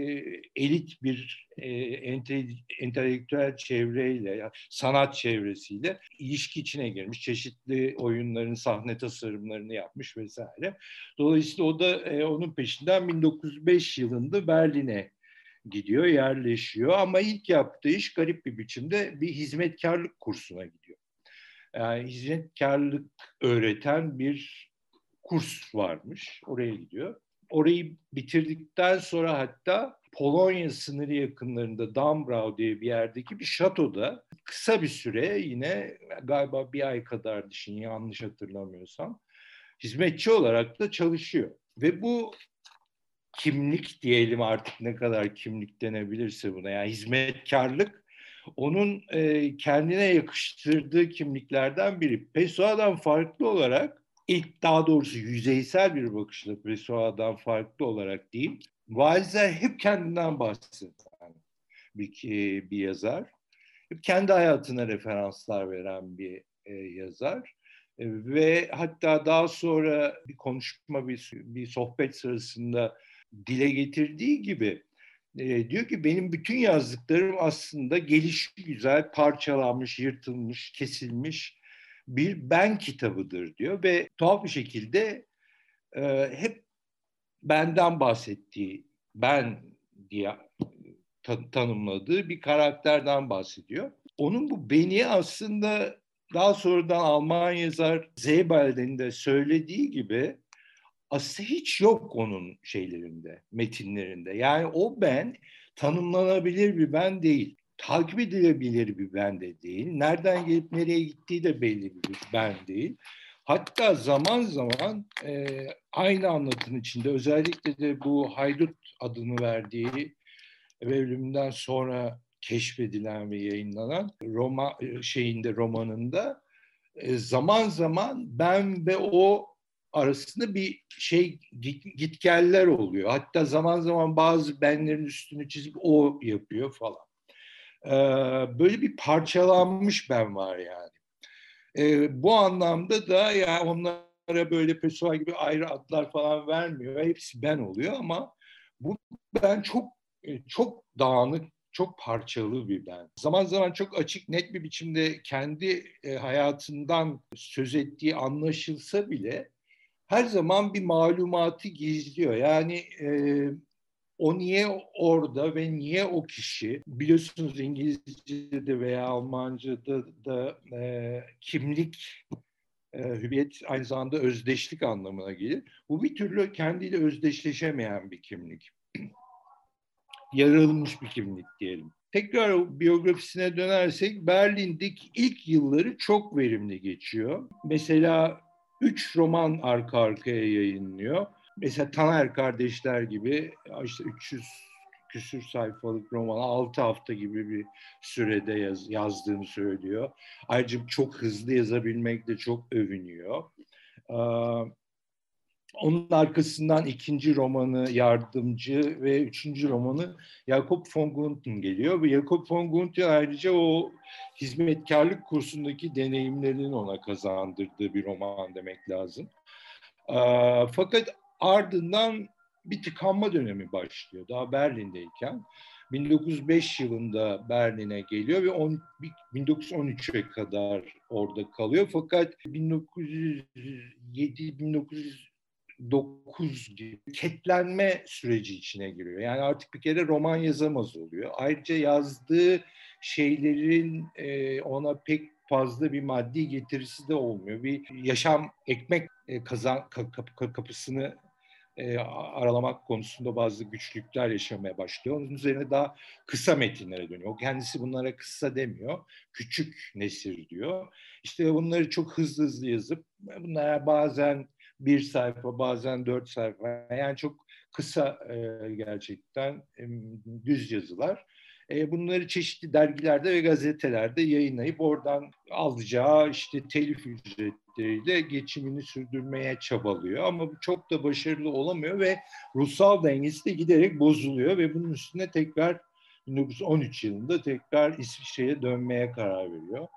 elit bir e, ente, entelektüel çevreyle, yani sanat çevresiyle ilişki içine girmiş. Çeşitli oyunların sahne tasarımlarını yapmış vesaire. Dolayısıyla o da e, onun peşinden bin dokuz yüz beş yılında Berlin'e gidiyor, yerleşiyor ama ilk yaptığı iş garip bir biçimde bir hizmetkarlık kursuna gidiyor. Yani hizmetkarlık öğreten bir kurs varmış. Oraya gidiyor. Orayı bitirdikten sonra hatta Polonya sınırı yakınlarında Dambrau diye bir yerdeki bir şatoda kısa bir süre yine galiba bir ay kadar düşün yanlış hatırlamıyorsam hizmetçi olarak da çalışıyor. Ve bu kimlik diyelim artık ne kadar kimlik denebilirse buna yani hizmetkarlık onun e, kendine yakıştırdığı kimliklerden biri. Pessoa'dan farklı olarak ilk daha doğrusu yüzeysel bir bakışla Pessoa'dan farklı olarak değil Walser hep kendinden bahseden bir, bir yazar. Hep kendi hayatına referanslar veren bir e, yazar. E, ve hatta daha sonra bir konuşma, bir, bir sohbet sırasında dile getirdiği gibi e, diyor ki benim bütün yazdıklarım aslında gelişi güzel, parçalanmış, yırtılmış, kesilmiş bir ben kitabıdır diyor ve tuhaf bir şekilde e, hep benden bahsettiği, ben diye ta- tanımladığı bir karakterden bahsediyor. Onun bu beni aslında daha sonradan Alman yazar Zeybel'in de söylediği gibi aslında hiç yok onun şeylerinde, metinlerinde. Yani o ben tanımlanabilir bir ben değil. Takip edilebilir bir ben de değil. Nereden gelip nereye gittiği de belli bir ben değil. Hatta zaman zaman e, aynı anlatının içinde özellikle de bu Haydut adını verdiği ve ölümünden sonra keşfedilen ve yayınlanan Roma şeyinde romanında e, zaman zaman ben ve o arasında bir şey git, gitgeller oluyor. Hatta zaman zaman bazı benlerin üstünü çizip o yapıyor falan. Ee, böyle bir parçalanmış ben var yani. Ee, bu anlamda da yani onlara böyle Pessoa gibi ayrı adlar falan vermiyor. Hepsi ben oluyor ama bu ben çok çok dağınık, çok parçalı bir ben. Zaman zaman çok açık, net bir biçimde kendi e, hayatından söz ettiği anlaşılsa bile her zaman bir malumatı gizliyor. Yani e, o niye orada ve niye o kişi? Biliyorsunuz İngilizce'de veya Almanca'da da e, kimlik, e, hüviyet aynı zamanda özdeşlik anlamına gelir. Bu bir türlü kendiyle özdeşleşemeyen bir kimlik. yaratılmış bir kimlik diyelim. Tekrar biyografisine dönersek Berlin'deki ilk yılları çok verimli geçiyor. Mesela üç roman arka arkaya yayınlıyor. Mesela Taner Kardeşler gibi işte üç yüz küsür sayfalık roman altı hafta gibi bir sürede yaz, yazdığını söylüyor. Ayrıca çok hızlı yazabilmekle çok övünüyor. Ee, Onun arkasından ikinci romanı Yardımcı ve üçüncü romanı Jakob von Gunthen geliyor. Ve Jakob von Gunthen ayrıca o hizmetkarlık kursundaki deneyimlerinin ona kazandırdığı bir roman demek lazım. Ee, fakat ardından bir tıkanma dönemi başlıyor. Daha Berlin'deyken. bin dokuz yüz beş yılında Berlin'e geliyor ve on, bin dokuz yüz on üçe kadar orada kalıyor. Fakat bin dokuz yüz yedi bin dokuz yüz dokuz gibi ketlenme süreci içine giriyor. Yani artık bir kere roman yazamaz oluyor. Ayrıca yazdığı şeylerin e, ona pek fazla bir maddi getirisi de olmuyor. Bir yaşam, ekmek e, kazan kapı, kapısını e, aralamak konusunda bazı güçlükler yaşamaya başlıyor. Onun üzerine daha kısa metinlere dönüyor. O kendisi bunlara kısa demiyor. Küçük nesir diyor. İşte bunları çok hızlı hızlı yazıp bunlara bazen bir sayfa, bazen dört sayfa. Yani çok kısa e, gerçekten e, düz yazılar. E, bunları çeşitli dergilerde ve gazetelerde yayınlayıp oradan alacağı işte telif ücretleriyle geçimini sürdürmeye çabalıyor. Ama bu çok da başarılı olamıyor ve ruhsal dengesi de giderek bozuluyor ve bunun üstüne tekrar bin dokuz yüz on üç yılında tekrar İsviçre'ye dönmeye karar veriyor.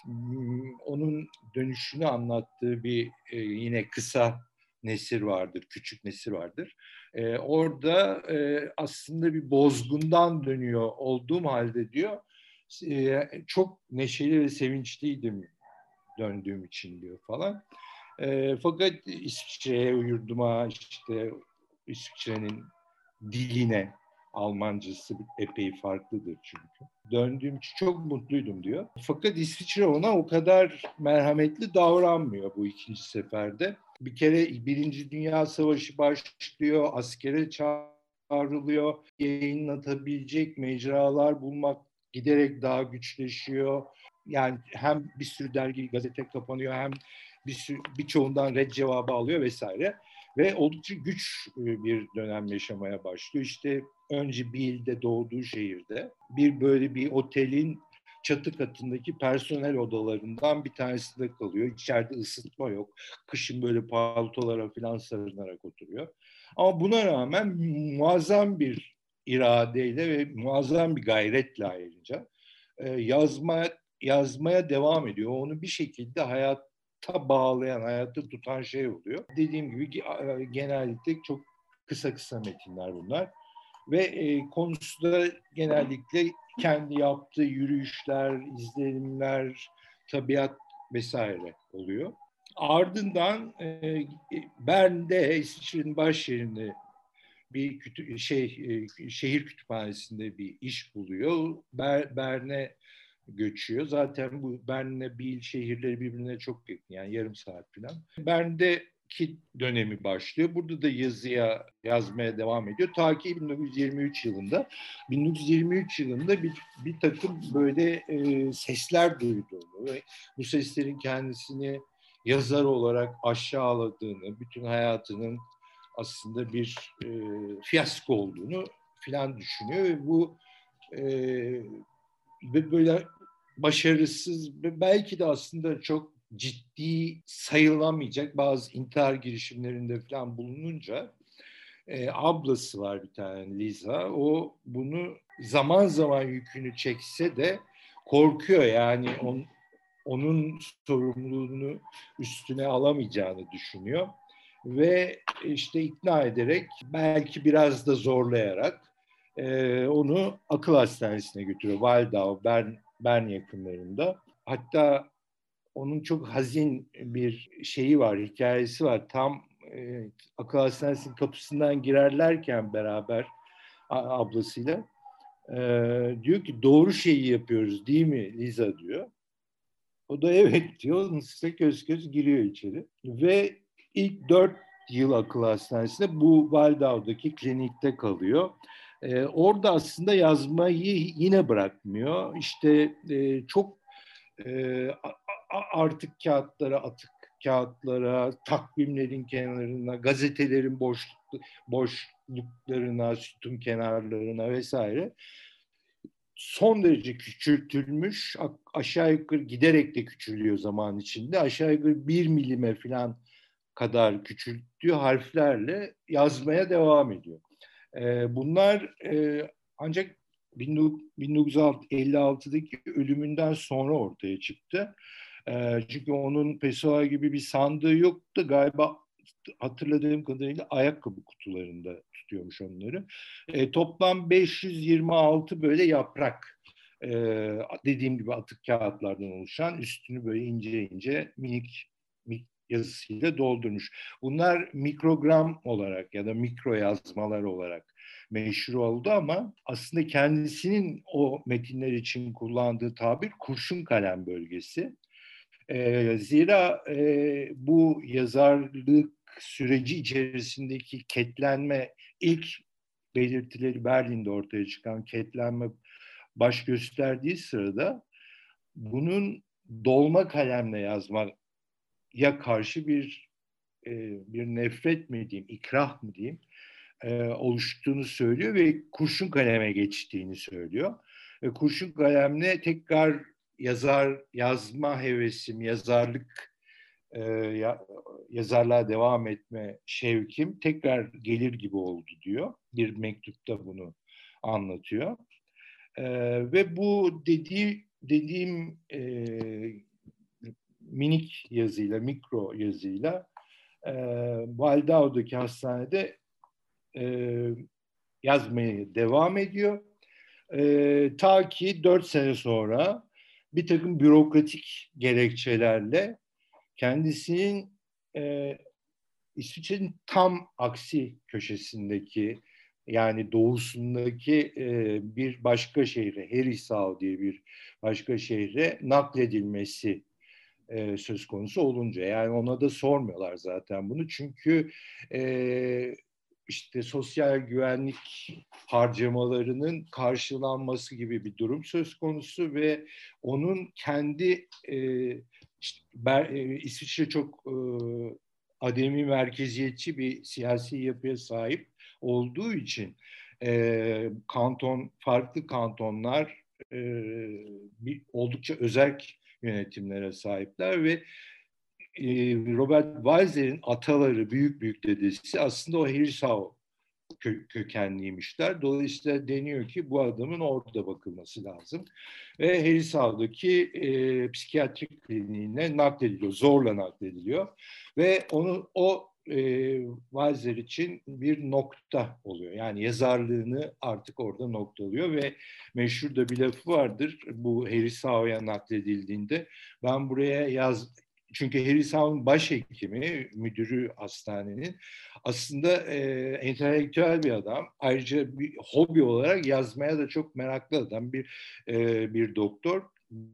Onun dönüşünü anlattığı bir e, yine kısa nesir vardır, küçük nesir vardır. E, orada e, aslında bir bozgundan dönüyor olduğum halde diyor, e, çok neşeli ve sevinçliydim döndüğüm için diyor falan. E, fakat İsviçre'ye, yurduma, işte İsviçre'nin diline, Almancası epey farklıdır çünkü. Döndüğüm için çok mutluydum diyor. Fakat İsviçre ona o kadar merhametli davranmıyor bu ikinci seferde. Bir kere Birinci Dünya Savaşı başlıyor, askere çağrılıyor, yayınlatabilecek mecralar bulmak giderek daha güçleşiyor. Yani hem bir sürü dergi, gazete kapanıyor, hem bir sürü, birçoğundan red cevabı alıyor vesaire. Ve oldukça güç bir dönem yaşamaya başlıyor. İşte önce Biel'de doğduğu şehirde bir böyle bir otelin çatı katındaki personel odalarından bir tanesinde kalıyor. İçeride ısıtma yok. Kışın böyle paltolara falan sarınarak oturuyor. Ama buna rağmen muazzam bir iradeyle ve muazzam bir gayretle ayrıca yazma, yazmaya devam ediyor. Onu bir şekilde hayat ta bağlayan, hayatı tutan şey oluyor. Dediğim gibi genellikle çok kısa kısa metinler bunlar. Ve e, konusu da genellikle kendi yaptığı yürüyüşler, izlenimler, tabiat vesaire oluyor. Ardından e, Bern'de, İsviçre'nin başşehrinde bir kütü- şey e, şehir kütüphanesinde bir iş buluyor. Ber, Bern'e göçüyor. Zaten bu Bern'le Biel şehirleri birbirine çok yakın. Yani yarım saat falan. Bern'deki dönemi başlıyor. Burada da yazıya yazmaya devam ediyor. Ta ki bin dokuz yüz yirmi üç yılında. bin dokuz yüz yirmi üç yılında bir, bir takım böyle e, sesler duyduğunu ve bu seslerin kendisini yazar olarak aşağıladığını, bütün hayatının aslında bir e, fiyasko olduğunu filan düşünüyor ve bu e, ve böyle başarısız ve belki de aslında çok ciddi sayılamayacak bazı intihar girişimlerinde falan bulununca e, ablası var bir tane Lisa. O bunu zaman zaman yükünü çekse de korkuyor yani on, onun sorumluluğunu üstüne alamayacağını düşünüyor. Ve işte ikna ederek belki biraz da zorlayarak e, onu akıl hastanesine götürüyor. Waldau, Bern, Bern yakınlarında. Hatta onun çok hazin bir şeyi var, hikayesi var. Tam e, akıl hastanesinin kapısından girerlerken beraber ablasıyla e, diyor ki doğru şeyi yapıyoruz değil mi Liza diyor. O da evet diyor. Onun üstüne köz köz giriyor içeri. Ve ilk dört yıl akıl hastanesinde, bu Waldau'daki klinikte kalıyor. Ee, orada aslında yazmayı yine bırakmıyor. İşte e, çok e, artık kağıtlara, atık kağıtlara, takvimlerin kenarına, gazetelerin boşluk, boşluklarına, sütun kenarlarına vesaire son derece küçültülmüş, aşağı yukarı giderek de küçülüyor zaman içinde. Aşağı yukarı bir milime falan kadar küçülttüğü harflerle yazmaya devam ediyor. Bunlar ancak bin dokuz yüz elli altıdaki ölümünden sonra ortaya çıktı. Çünkü onun Pessoa gibi bir sandığı yoktu. Galiba hatırladığım kadarıyla ayakkabı kutularında tutuyormuş onları. E, toplam beş yüz yirmi altı böyle yaprak, e, dediğim gibi atık kağıtlardan oluşan, üstünü böyle ince ince minik, minik yazısıyla doldurmuş. Bunlar mikrogram olarak ya da mikro yazmalar olarak meşhur oldu ama aslında kendisinin o metinler için kullandığı tabir kurşun kalem bölgesi. E, zira e, bu yazarlık süreci içerisindeki ketlenme, ilk belirtileri Berlin'de ortaya çıkan ketlenme baş gösterdiği sırada bunun dolma kalemle yazmaya karşı bir e, bir nefret mi diyeyim, ikrah mı diyeyim, e, oluştuğunu söylüyor ve kurşun kaleme geçtiğini söylüyor. E, kurşun kalemle tekrar yazar yazma hevesim, yazarlık e, ya, yazarlığa devam etme şevkim tekrar gelir gibi oldu diyor. Bir mektupta bunu anlatıyor. E, ve bu dediği, dediğim e, minik yazıyla, mikro yazıyla e, Waldau'daki hastanede e, yazmaya devam ediyor. E, ta ki dört sene sonra bir takım bürokratik gerekçelerle kendisinin e, İsviçre'nin tam aksi köşesindeki, yani doğusundaki e, bir başka şehre, Herisau diye bir başka şehre nakledilmesi e, söz konusu olunca, yani ona da sormuyorlar zaten bunu, çünkü e, işte sosyal güvenlik harcamalarının karşılanması gibi bir durum söz konusu ve onun kendi e, işte, Ber, e, İsviçre çok e, ademi merkeziyetçi bir siyasi yapıya sahip olduğu için e, kanton, farklı kantonlar e, bir, oldukça özerk yönetimlere sahipler ve e, Robert Walser'in ataları, büyük büyük dedesi aslında o Herisau kö- kökenliymişler. Dolayısıyla deniyor ki bu adamın orada bakılması lazım. Ve Herisau'daki e, psikiyatrik kliniğine naklediliyor, zorla naklediliyor. Ve onu o e, Walser için bir nokta oluyor. Yani yazarlığını artık orada noktalıyor ve meşhur da bir lafı vardır bu Herisau'ya nakledildiğinde. Ben buraya yaz çünkü Herisau'nun başhekimi, müdürü hastanenin aslında e, entelektüel bir adam. Ayrıca bir hobi olarak yazmaya da çok meraklı adam. Bir e, bir doktor.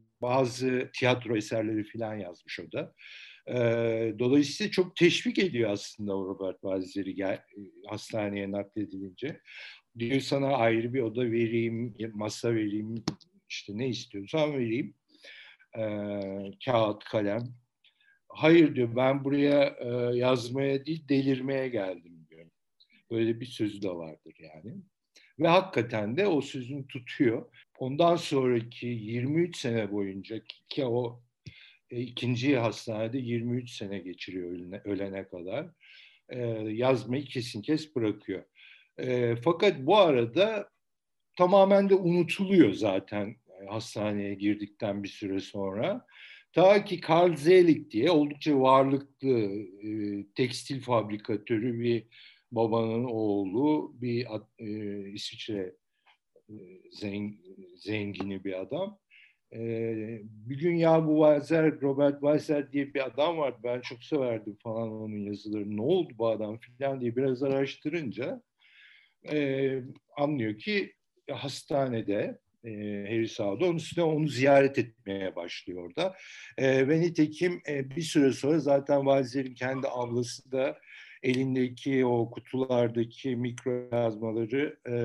Bazı tiyatro eserleri falan yazmış o da. E, dolayısıyla çok teşvik ediyor aslında Robert Walser'i gel, hastaneye nakledilince. Diyor sana ayrı bir oda vereyim, masa vereyim, işte ne istiyorsan vereyim. E, kağıt, kalem. Hayır diyor, ben buraya e, yazmaya değil delirmeye geldim diyor. Böyle bir sözü de vardır yani. Ve hakikaten de o sözünü tutuyor. Ondan sonraki yirmi üç sene boyunca ki o e, ikinci hastanede yirmi üç sene geçiriyor ölene, ölene kadar. E, yazmayı kesin kes bırakıyor. E, fakat bu arada tamamen de unutuluyor zaten e, hastaneye girdikten bir süre sonra. Ta ki Karl Zelig diye oldukça varlıklı e, tekstil fabrikatörü bir babanın oğlu, bir e, İsviçre e, zeng, zengini bir adam. E, bir gün ya bu Walser, Robert Walser diye bir adam vardı, ben çok severdim falan onun yazılarını. Ne oldu bu adam falan diye biraz araştırınca e, anlıyor ki hastanede e, Herisau'da onun üstüne onu ziyaret etmeye başlıyor orada. E, ve nitekim e, bir süre sonra zaten Walser'in kendi ablası da elindeki o kutulardaki mikro yazmaları e,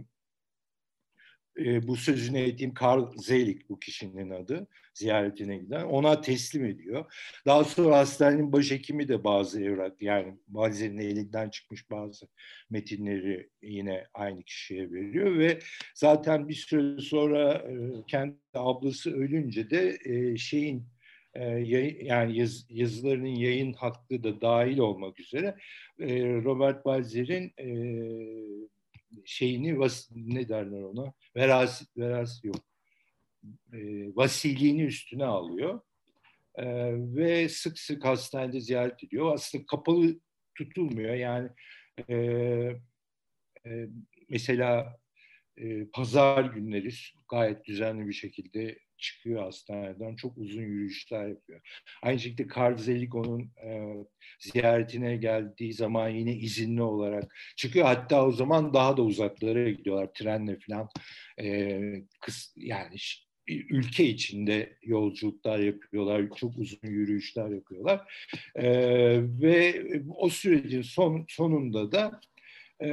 e, bu sözünü ettiğim Karl Zelig bu kişinin adı, ziyaretine giden, ona teslim ediyor. Daha sonra hastanenin başhekimi de bazı evrak, yani Valzer'in elinden çıkmış bazı metinleri yine aynı kişiye veriyor ve zaten bir süre sonra e, kendi ablası ölünce de e, şeyin e, yayın, yani yaz, yazılarının yayın hakkı da dahil olmak üzere e, Robert Walser'in e, şeyini vas, ne derler ona? Verasit, verasit yok. E, vasiliğini üstüne alıyor. E, ve sık sık hastanede ziyaret ediyor. Aslında kapalı tutulmuyor. Yani e, e, mesela e, pazar günleri gayet düzenli bir şekilde çıkıyor hastaneden. Çok uzun yürüyüşler yapıyor. Aynı şekilde Karl Zelig onun e, ziyaretine geldiği zaman yine izinli olarak çıkıyor. Hatta o zaman daha da uzaklara gidiyorlar. Trenle falan. E, kıs, yani ülke içinde yolculuklar yapıyorlar. Çok uzun yürüyüşler yapıyorlar. E, ve o sürecin son, sonunda da e,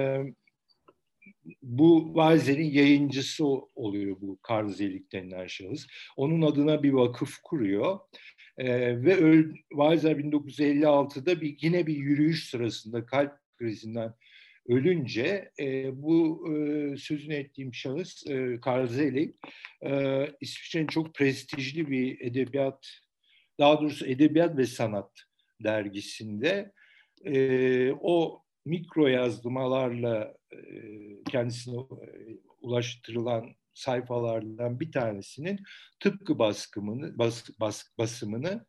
bu Walser'in yayıncısı oluyor bu Karl Zelig denilen şahıs. Onun adına bir vakıf kuruyor. Ee, ve öl, Walser bin dokuz yüz elli altıda bir, yine bir yürüyüş sırasında kalp krizinden ölünce e, bu e, sözünü ettiğim şahıs e, Karl Zelig e, İsviçre'nin çok prestijli bir edebiyat, daha doğrusu edebiyat ve sanat dergisinde e, o mikro yazılmalarla e, kendisine e, ulaştırılan sayfalardan bir tanesinin tıpkı baskımını bas, bas, basımını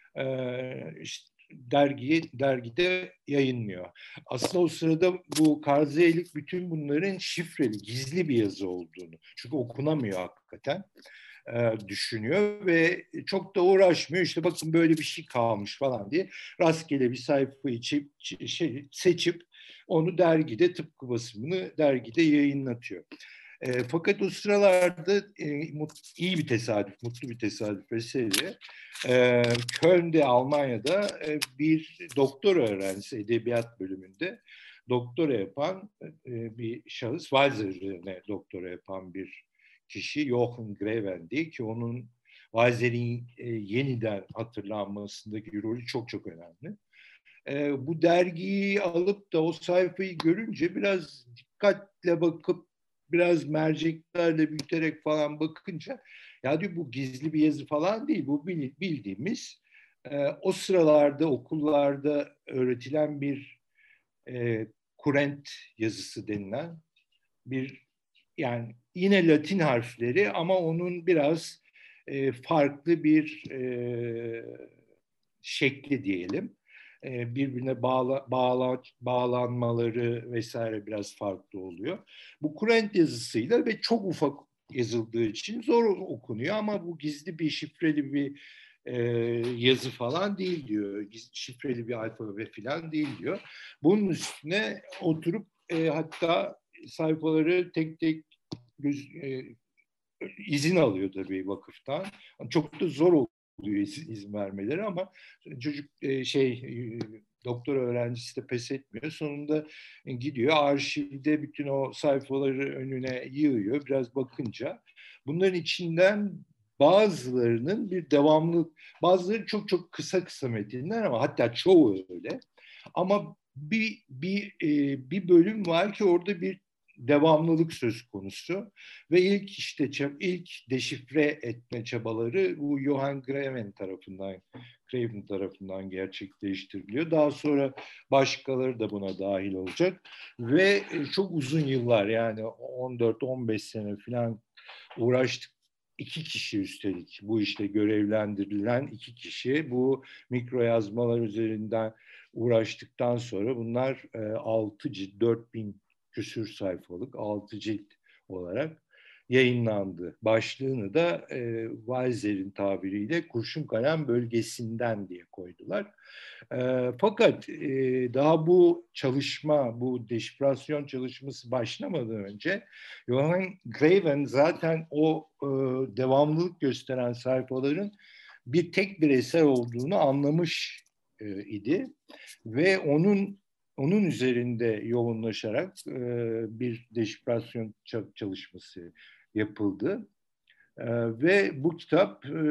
e, işte dergiye dergide yayınlıyor. Aslında o sırada bu Karzelik bütün bunların şifreli, gizli bir yazı olduğunu, çünkü okunamıyor hakikaten, e, düşünüyor ve çok da uğraşmıyor. İşte bakın böyle bir şey kalmış falan diye rastgele bir sayfayı çip, şey, seçip onu dergide, tıpkı basımını dergide yayınlatıyor. E, fakat o sıralarda e, mut, iyi bir tesadüf, mutlu bir tesadüf vesaire. E, Köln'de, Almanya'da e, bir doktor öğrencisi edebiyat bölümünde doktora yapan e, bir şahıs, Walser üzerine doktora yapan bir kişi, Jochen Greven diye, ki onun Walser'in e, yeniden hatırlanmasındaki rolü çok çok önemli. E, bu dergiyi alıp da o sayfayı görünce biraz dikkatle bakıp biraz merceklerle büyüterek falan bakınca, ya diyor, bu gizli bir yazı falan değil, bu bildiğimiz e, o sıralarda okullarda öğretilen bir e, kurent yazısı denilen bir, yani yine Latin harfleri ama onun biraz e, farklı bir e, şekli diyelim. E, birbirine bağla, bağla, bağlanmaları vesaire biraz farklı oluyor. Bu Kurent yazısıyla ve çok ufak yazıldığı için zor okunuyor ama bu gizli bir, şifreli bir e, yazı falan değil diyor. Şifreli bir alfabe falan değil diyor. Bunun üstüne oturup e, hatta sayfaları tek tek göz, e, izin alıyor tabii vakıftan. Çok da zor oluyor izin, izin vermeleri ama çocuk e, şey e, doktor öğrencisi de pes etmiyor. Sonunda gidiyor arşivde bütün o sayfaları önüne yığıyor. Biraz bakınca bunların içinden bazılarının bir devamlı, bazıları çok çok kısa kısa metinler ama hatta çoğu öyle. Ama bir bir e, bir bölüm var ki orada bir devamlılık söz konusu ve ilk işte ilk deşifre etme çabaları bu Johann Greven tarafından Craven tarafından gerçekleştiriliyor. Daha sonra başkaları da buna dahil olacak ve çok uzun yıllar, yani on dört on beş sene falan uğraştık. İki kişi üstelik bu işte görevlendirilen iki kişi bu mikro yazmalar üzerinden uğraştıktan sonra bunlar e, altı cilt, dört bin küsür sayfalık altı cilt olarak yayınlandı. Başlığını da e, Walser'in tabiriyle kurşun kalem bölgesinden diye koydular. E, fakat e, daha bu çalışma, bu deşifrasyon çalışması başlamadan önce Johann Greven zaten o e, devamlılık gösteren sayfaların bir tek bir eser olduğunu anlamış e, idi ve onun onun üzerinde yoğunlaşarak e, bir deşifrasyon çalışması yapıldı. E, ve bu kitap e,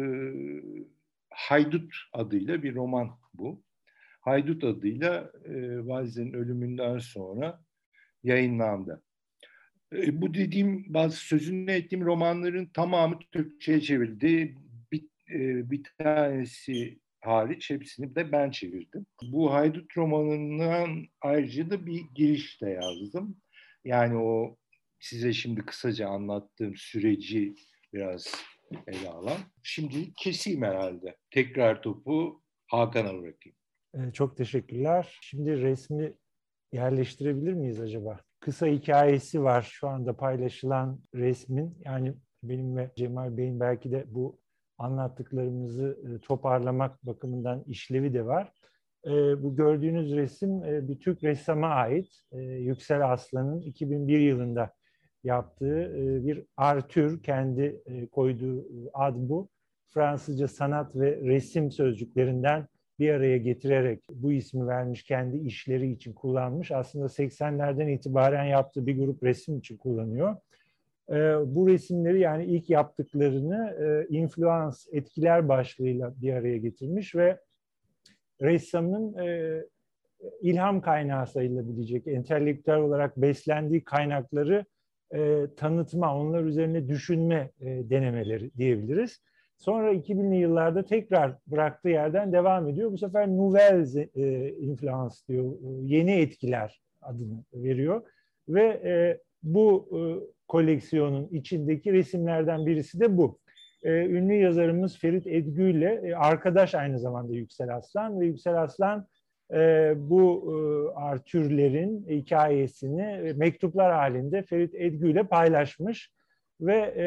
Haydut adıyla bir roman bu. Haydut adıyla e, Walser'in ölümünden sonra yayınlandı. E, bu dediğim, bazı sözünü ettiğim romanların tamamı Türkçe'ye çevrildi. Bir, e, bir tanesi hariç hepsini de ben çevirdim. Bu Haydut romanından ayrıca da bir giriş de yazdım. Yani o size şimdi kısaca anlattığım süreci biraz ele alan. Şimdi keseyim herhalde. Tekrar topu Hakan'a bırakayım. Çok teşekkürler. Şimdi resmi yerleştirebilir miyiz acaba? Kısa hikayesi var şu anda paylaşılan resmin. Yani benim ve Cemal Bey'in belki de bu anlattıklarımızı toparlamak bakımından işlevi de var. Bu gördüğünüz resim bir Türk ressama ait. Yüksel Aslan'ın iki bin bir yılında yaptığı bir Arthur, kendi koyduğu ad bu. Fransızca sanat ve resim sözcüklerinden bir araya getirerek bu ismi vermiş, kendi işleri için kullanmış. Aslında seksenlerden itibaren yaptığı bir grup resim için kullanıyor. E, bu resimleri, yani ilk yaptıklarını e, influence, etkiler başlığıyla bir araya getirmiş ve ressamın e, ilham kaynağı sayılabilecek, entelektüel olarak beslendiği kaynakları e, tanıtma, onlar üzerine düşünme e, denemeleri diyebiliriz. Sonra iki binli yıllarda tekrar bıraktığı yerden devam ediyor. Bu sefer nouvelle e, influence diyor, yeni etkiler adını veriyor. Ve e, bu e, koleksiyonun içindeki resimlerden birisi de bu. E, ünlü yazarımız Ferit Edgü ile e, arkadaş aynı zamanda Yüksel Aslan ve Yüksel Aslan e, bu e, Arthur'lerin hikayesini e, mektuplar halinde Ferit Edgü ile paylaşmış ve e,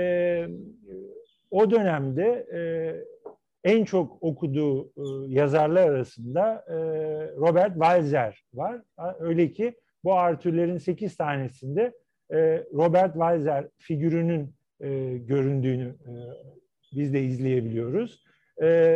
o dönemde e, en çok okuduğu e, yazarlar arasında e, Robert Walser var. Öyle ki bu Arthur'lerin sekiz tanesinde e, Robert Walser figürünün e, göründüğünü e, biz de izleyebiliyoruz. E,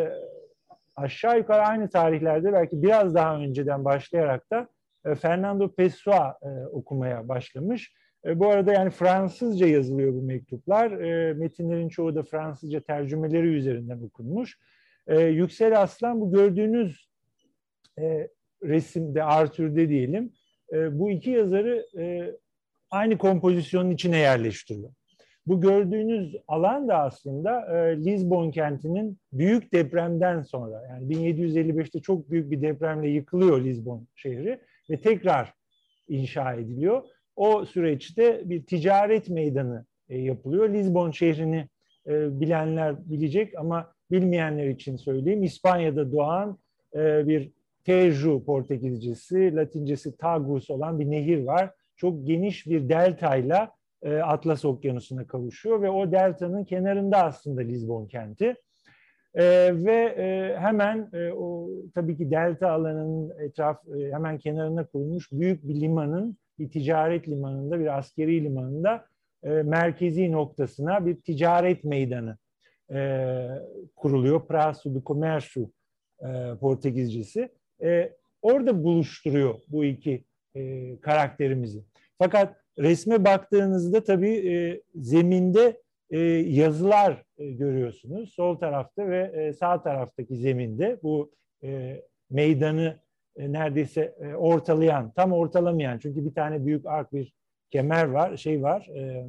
aşağı yukarı aynı tarihlerde, belki biraz daha önceden başlayarak da e, Fernando Pessoa e, okumaya başlamış. E, bu arada yani Fransızca yazılıyor bu mektuplar. E, metinlerin çoğu da Fransızca tercümeleri üzerinden okunmuş. E, Yüksel Aslan, bu gördüğünüz e, resimde, Arthur'de diyelim, e, bu iki yazarı e, aynı kompozisyonun içine yerleştiriyor. Bu gördüğünüz alan da aslında e, Lizbon kentinin büyük depremden sonra, yani bin yedi yüz elli beşte çok büyük bir depremle yıkılıyor Lizbon şehri ve tekrar inşa ediliyor. O süreçte bir ticaret meydanı e, yapılıyor. Lizbon şehrini e, bilenler bilecek ama bilmeyenler için söyleyeyim. İspanya'da doğan e, bir Tejo Portekizcesi, Latincesi Tagus olan bir nehir var. Çok geniş bir deltayla e, Atlas Okyanusu'na kavuşuyor ve o deltanın kenarında aslında Lizbon kenti. E, ve e, hemen e, o tabii ki delta alanının etraf e, hemen kenarına kurulmuş büyük bir limanın, bir ticaret limanında, bir askeri limanında e, merkezi noktasına bir ticaret meydanı e, kuruluyor. Praça do Comércio e, Portekizcesi. E, orada buluşturuyor bu iki e, karakterimizi. Fakat resme baktığınızda tabii e, zeminde e, yazılar e, görüyorsunuz. Sol tarafta ve e, sağ taraftaki zeminde bu e, meydanı e, neredeyse e, ortalayan, tam ortalamayan, çünkü bir tane büyük ark, bir kemer var, şey var. E,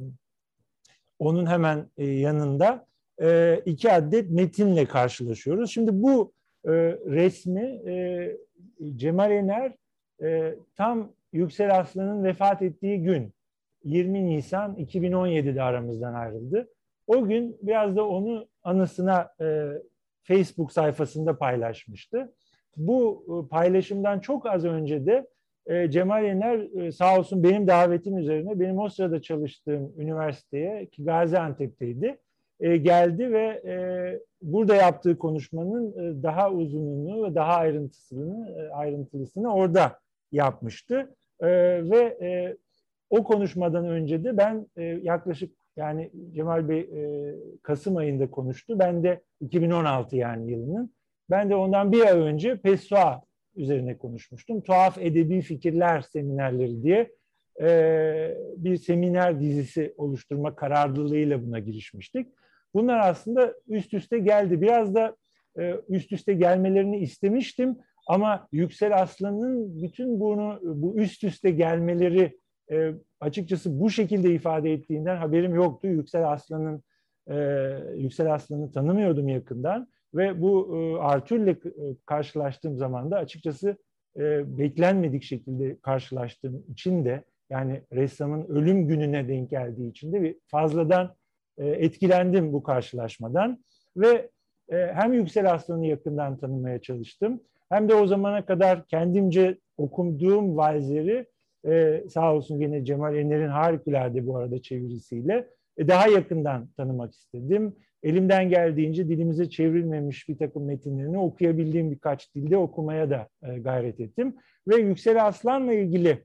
onun hemen e, yanında e, iki adet metinle karşılaşıyoruz. Şimdi bu e, resmi e, Cemal Ener e, tam Yüksel Aslan'ın vefat ettiği gün, yirmi Nisan iki bin on yedi'de aramızdan ayrıldı. O gün biraz da onu anısına e, Facebook sayfasında paylaşmıştı. Bu e, paylaşımdan çok az önce de e, Cemal Yener e, sağ olsun benim davetim üzerine, benim o sırada çalıştığım üniversiteye, ki Gaziantep'teydi, e, geldi ve e, burada yaptığı konuşmanın e, daha uzununu ve daha ayrıntısını, e, ayrıntılısını orada yapmıştı. E, ve e, o konuşmadan önce de ben e, yaklaşık, yani Cemal Bey e, Kasım ayında konuştu. Ben de iki bin on altı yani yılının Ben de ondan bir ay önce Pessoa üzerine konuşmuştum. Tuhaf Edebi Fikirler Seminerleri diye e, bir seminer dizisi oluşturma kararlılığıyla buna girişmiştik. Bunlar aslında üst üste geldi. Biraz da e, üst üste gelmelerini istemiştim ama Yüksel Aslan'ın bütün bunu bu üst üste gelmeleri e, açıkçası bu şekilde ifade ettiğinden haberim yoktu. Yüksel Aslan'ın e, Yüksel Aslan'ı tanımıyordum yakından. Ve bu e, Arthur'le karşılaştığım zaman da açıkçası e, beklenmedik şekilde karşılaştığım için de, yani ressamın ölüm gününe denk geldiği için de bir fazladan e, etkilendim bu karşılaşmadan. Ve e, hem Yüksel Aslan'ı yakından tanımaya çalıştım, hem de o zamana kadar kendimce okuduğum Walser'i e, sağ olsun yine Cemal Ener'in harikulade bu arada çevirisiyle e, daha yakından tanımak istedim. Elimden geldiğince dilimize çevrilmemiş bir takım metinlerini okuyabildiğim birkaç dilde okumaya da e, gayret ettim. Ve Yüksel Aslan'la ilgili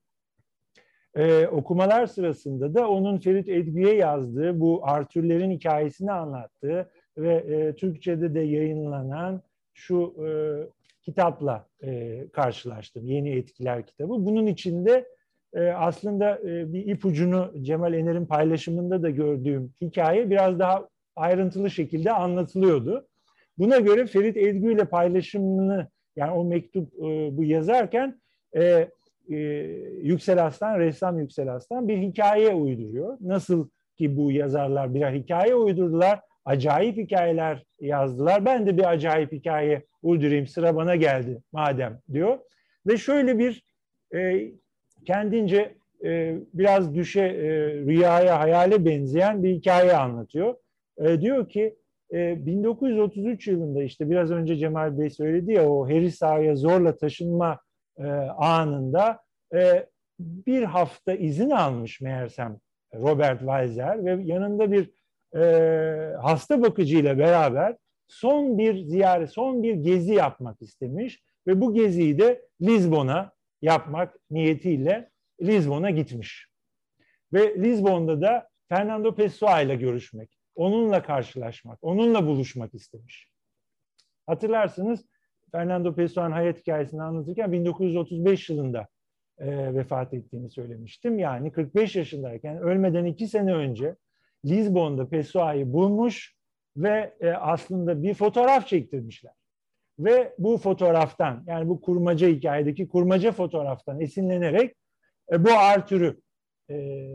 e, okumalar sırasında da onun Ferit Edgü'ye yazdığı, bu Arthur'lerin hikayesini anlattığı ve e, Türkçe'de de yayınlanan şu e, kitapla e, karşılaştım. Yeni Etkiler kitabı. Bunun içinde e, aslında e, bir ipucunu Cemal Ener'in paylaşımında da gördüğüm hikaye biraz daha ayrıntılı şekilde anlatılıyordu. Buna göre Ferit Edgü ile paylaşımını, yani o mektup e, bu yazarken e, e, Yüksel Aslan, ressam Yüksel Aslan bir hikaye uyduruyor. Nasıl ki bu yazarlar birer hikaye uydurdular, acayip hikayeler yazdılar. Ben de bir acayip hikaye uydurayım, sıra bana geldi madem diyor. Ve şöyle bir e, kendince e, biraz düşe, e, rüyaya, hayale benzeyen bir hikaye anlatıyor. E, diyor ki e, bin dokuz yüz otuz üç yılında, işte biraz önce Cemal Bey söyledi ya, o Herisau'ya zorla taşınma e, anında e, bir hafta izin almış meğersem Robert Walser ve yanında bir e, hasta bakıcıyla beraber son bir ziyaret, son bir gezi yapmak istemiş ve bu geziyi de Lizbon'a yapmak niyetiyle Lizbon'a gitmiş. Ve Lizbon'da da Fernando Pessoa ile görüşmek, onunla karşılaşmak, onunla buluşmak istemiş. Hatırlarsınız, Fernando Pessoa'nın hayat hikayesini anlatırken bin dokuz yüz otuz beş yılında e, vefat ettiğini söylemiştim. Yani kırk beş yaşındayken, ölmeden iki sene önce Lizbon'da Pessoa'yı bulmuş ve e, aslında bir fotoğraf çektirmişler. Ve bu fotoğraftan, yani bu kurmaca hikayedeki kurmaca fotoğraftan esinlenerek e, bu Arthur'u e,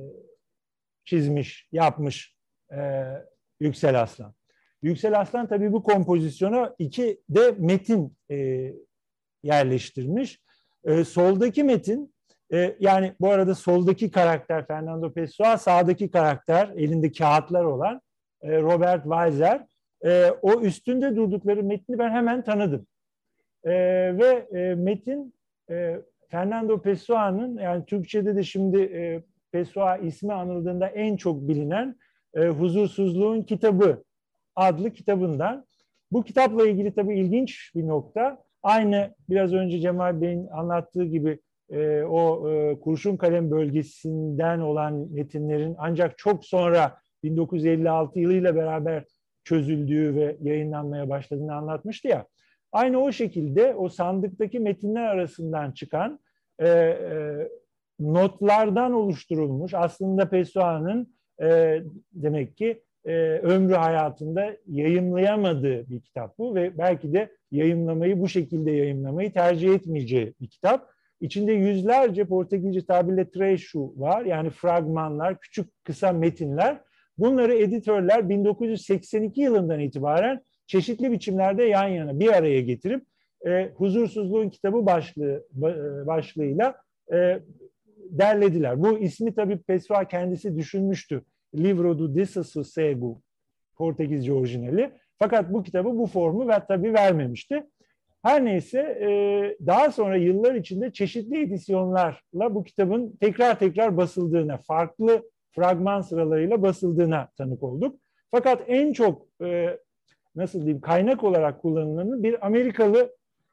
çizmiş, yapmış e, Yüksel Aslan. Yüksel Aslan tabii bu kompozisyona iki de metin e, yerleştirmiş. E, soldaki metin, e, yani bu arada soldaki karakter Fernando Pessoa, sağdaki karakter elinde kağıtlar olan e, Robert Walser. E, o üstünde durdukları metni ben hemen tanıdım. E, ve e, metin e, Fernando Pessoa'nın, yani Türkçe'de de şimdi e, Pessoa ismi anıldığında en çok bilinen e, Huzursuzluğun Kitabı adlı kitabından. Bu kitapla ilgili tabii ilginç bir nokta. Aynı biraz önce Cemal Bey'in anlattığı gibi e, o e, kurşun kalem bölgesinden olan metinlerin ancak çok sonra bin dokuz yüz elli altı yılıyla beraber çözüldüğü ve yayınlanmaya başladığını anlatmıştı ya. Aynı o şekilde o sandıktaki metinler arasından çıkan e, e, notlardan oluşturulmuş, aslında Pessoa'nın e, demek ki e, ömrü hayatında yayımlayamadığı bir kitap bu ve belki de yayımlamayı, bu şekilde yayımlamayı tercih etmeyeceği bir kitap. İçinde yüzlerce Portekizce tabirle trecho var, yani fragmanlar, küçük kısa metinler. Bunları editörler bin dokuz yüz seksen iki yılından itibaren çeşitli biçimlerde yan yana bir araya getirip e, Huzursuzluğun Kitabı başlığı e, başlığıyla e, derlediler. Bu ismi tabii Pessoa kendisi düşünmüştü. Livro do Desassossego, Portekizce orijinali. Fakat bu kitabı bu formu ve tabii vermemişti. Her neyse e, daha sonra yıllar içinde çeşitli edisyonlarla bu kitabın tekrar tekrar basıldığına, farklı fragman sıralarıyla basıldığına tanık olduk. Fakat en çok e, nasıl diyeyim, kaynak olarak kullanılanı bir Amerikalı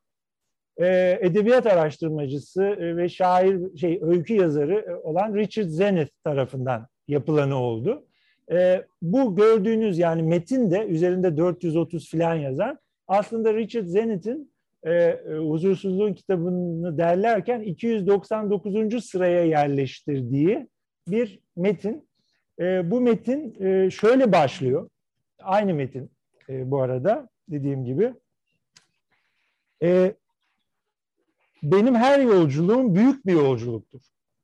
e, edebiyat araştırmacısı e, ve şair, şey öykü yazarı olan Richard Zenith tarafından yapılanı oldu. E, bu gördüğünüz, yani metin de üzerinde dört yüz otuz filan yazan, aslında Richard Zennett'in e, e, Huzursuzluğun kitabını derlerken iki yüz doksan dokuzuncu sıraya yerleştirdiği bir metin. E, bu metin e, şöyle başlıyor. Aynı metin e, bu arada dediğim gibi. E, benim her yolculuğum büyük bir yolculuktur.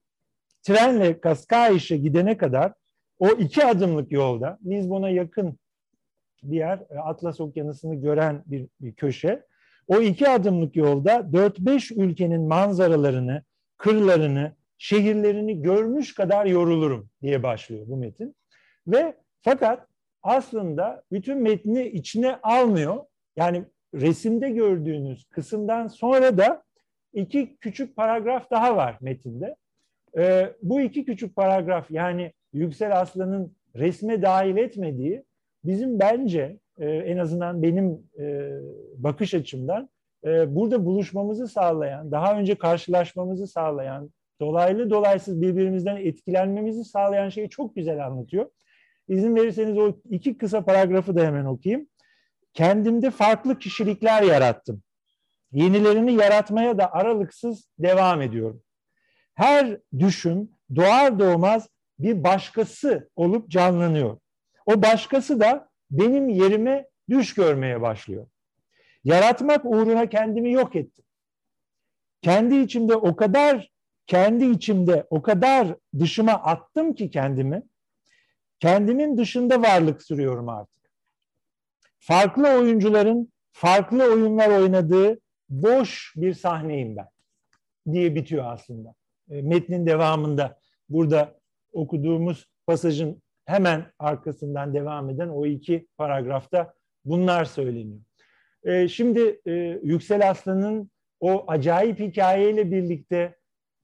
Trenle Cascais'e gidene kadar o iki adımlık yolda, Lizbon'a yakın bir yer, Atlas Okyanusu'nu gören bir, bir köşe. O iki adımlık yolda dört beş ülkenin manzaralarını, kırlarını, şehirlerini görmüş kadar yorulurum diye başlıyor bu metin. Ve fakat aslında bütün metni içine almıyor. Yani resimde gördüğünüz kısımdan sonra da iki küçük paragraf daha var metinde. Ee, bu iki küçük paragraf, yani Yüksel Aslan'ın resme dahil etmediği, bizim bence e, en azından benim e, bakış açımdan e, burada buluşmamızı sağlayan, daha önce karşılaşmamızı sağlayan, dolaylı dolaysız birbirimizden etkilenmemizi sağlayan şeyi çok güzel anlatıyor. İzin verirseniz o iki kısa paragrafı da hemen okuyayım. Kendimde farklı kişilikler yarattım. Yenilerini yaratmaya da aralıksız devam ediyorum. Her düşüm doğar doğmaz bir başkası olup canlanıyor. O başkası da benim yerime düş görmeye başlıyor. Yaratmak uğruna kendimi yok ettim. Kendi içimde o kadar, kendi içimde o kadar dışıma attım ki kendimi, kendimin dışında varlık sürüyorum artık. Farklı oyuncuların farklı oyunlar oynadığı boş bir sahneyim ben diye bitiyor aslında. Metnin devamında, burada okuduğumuz pasajın hemen arkasından devam eden o iki paragrafta bunlar söyleniyor. Ee, şimdi e, Yüksel Aslan'ın o acayip hikayeyle birlikte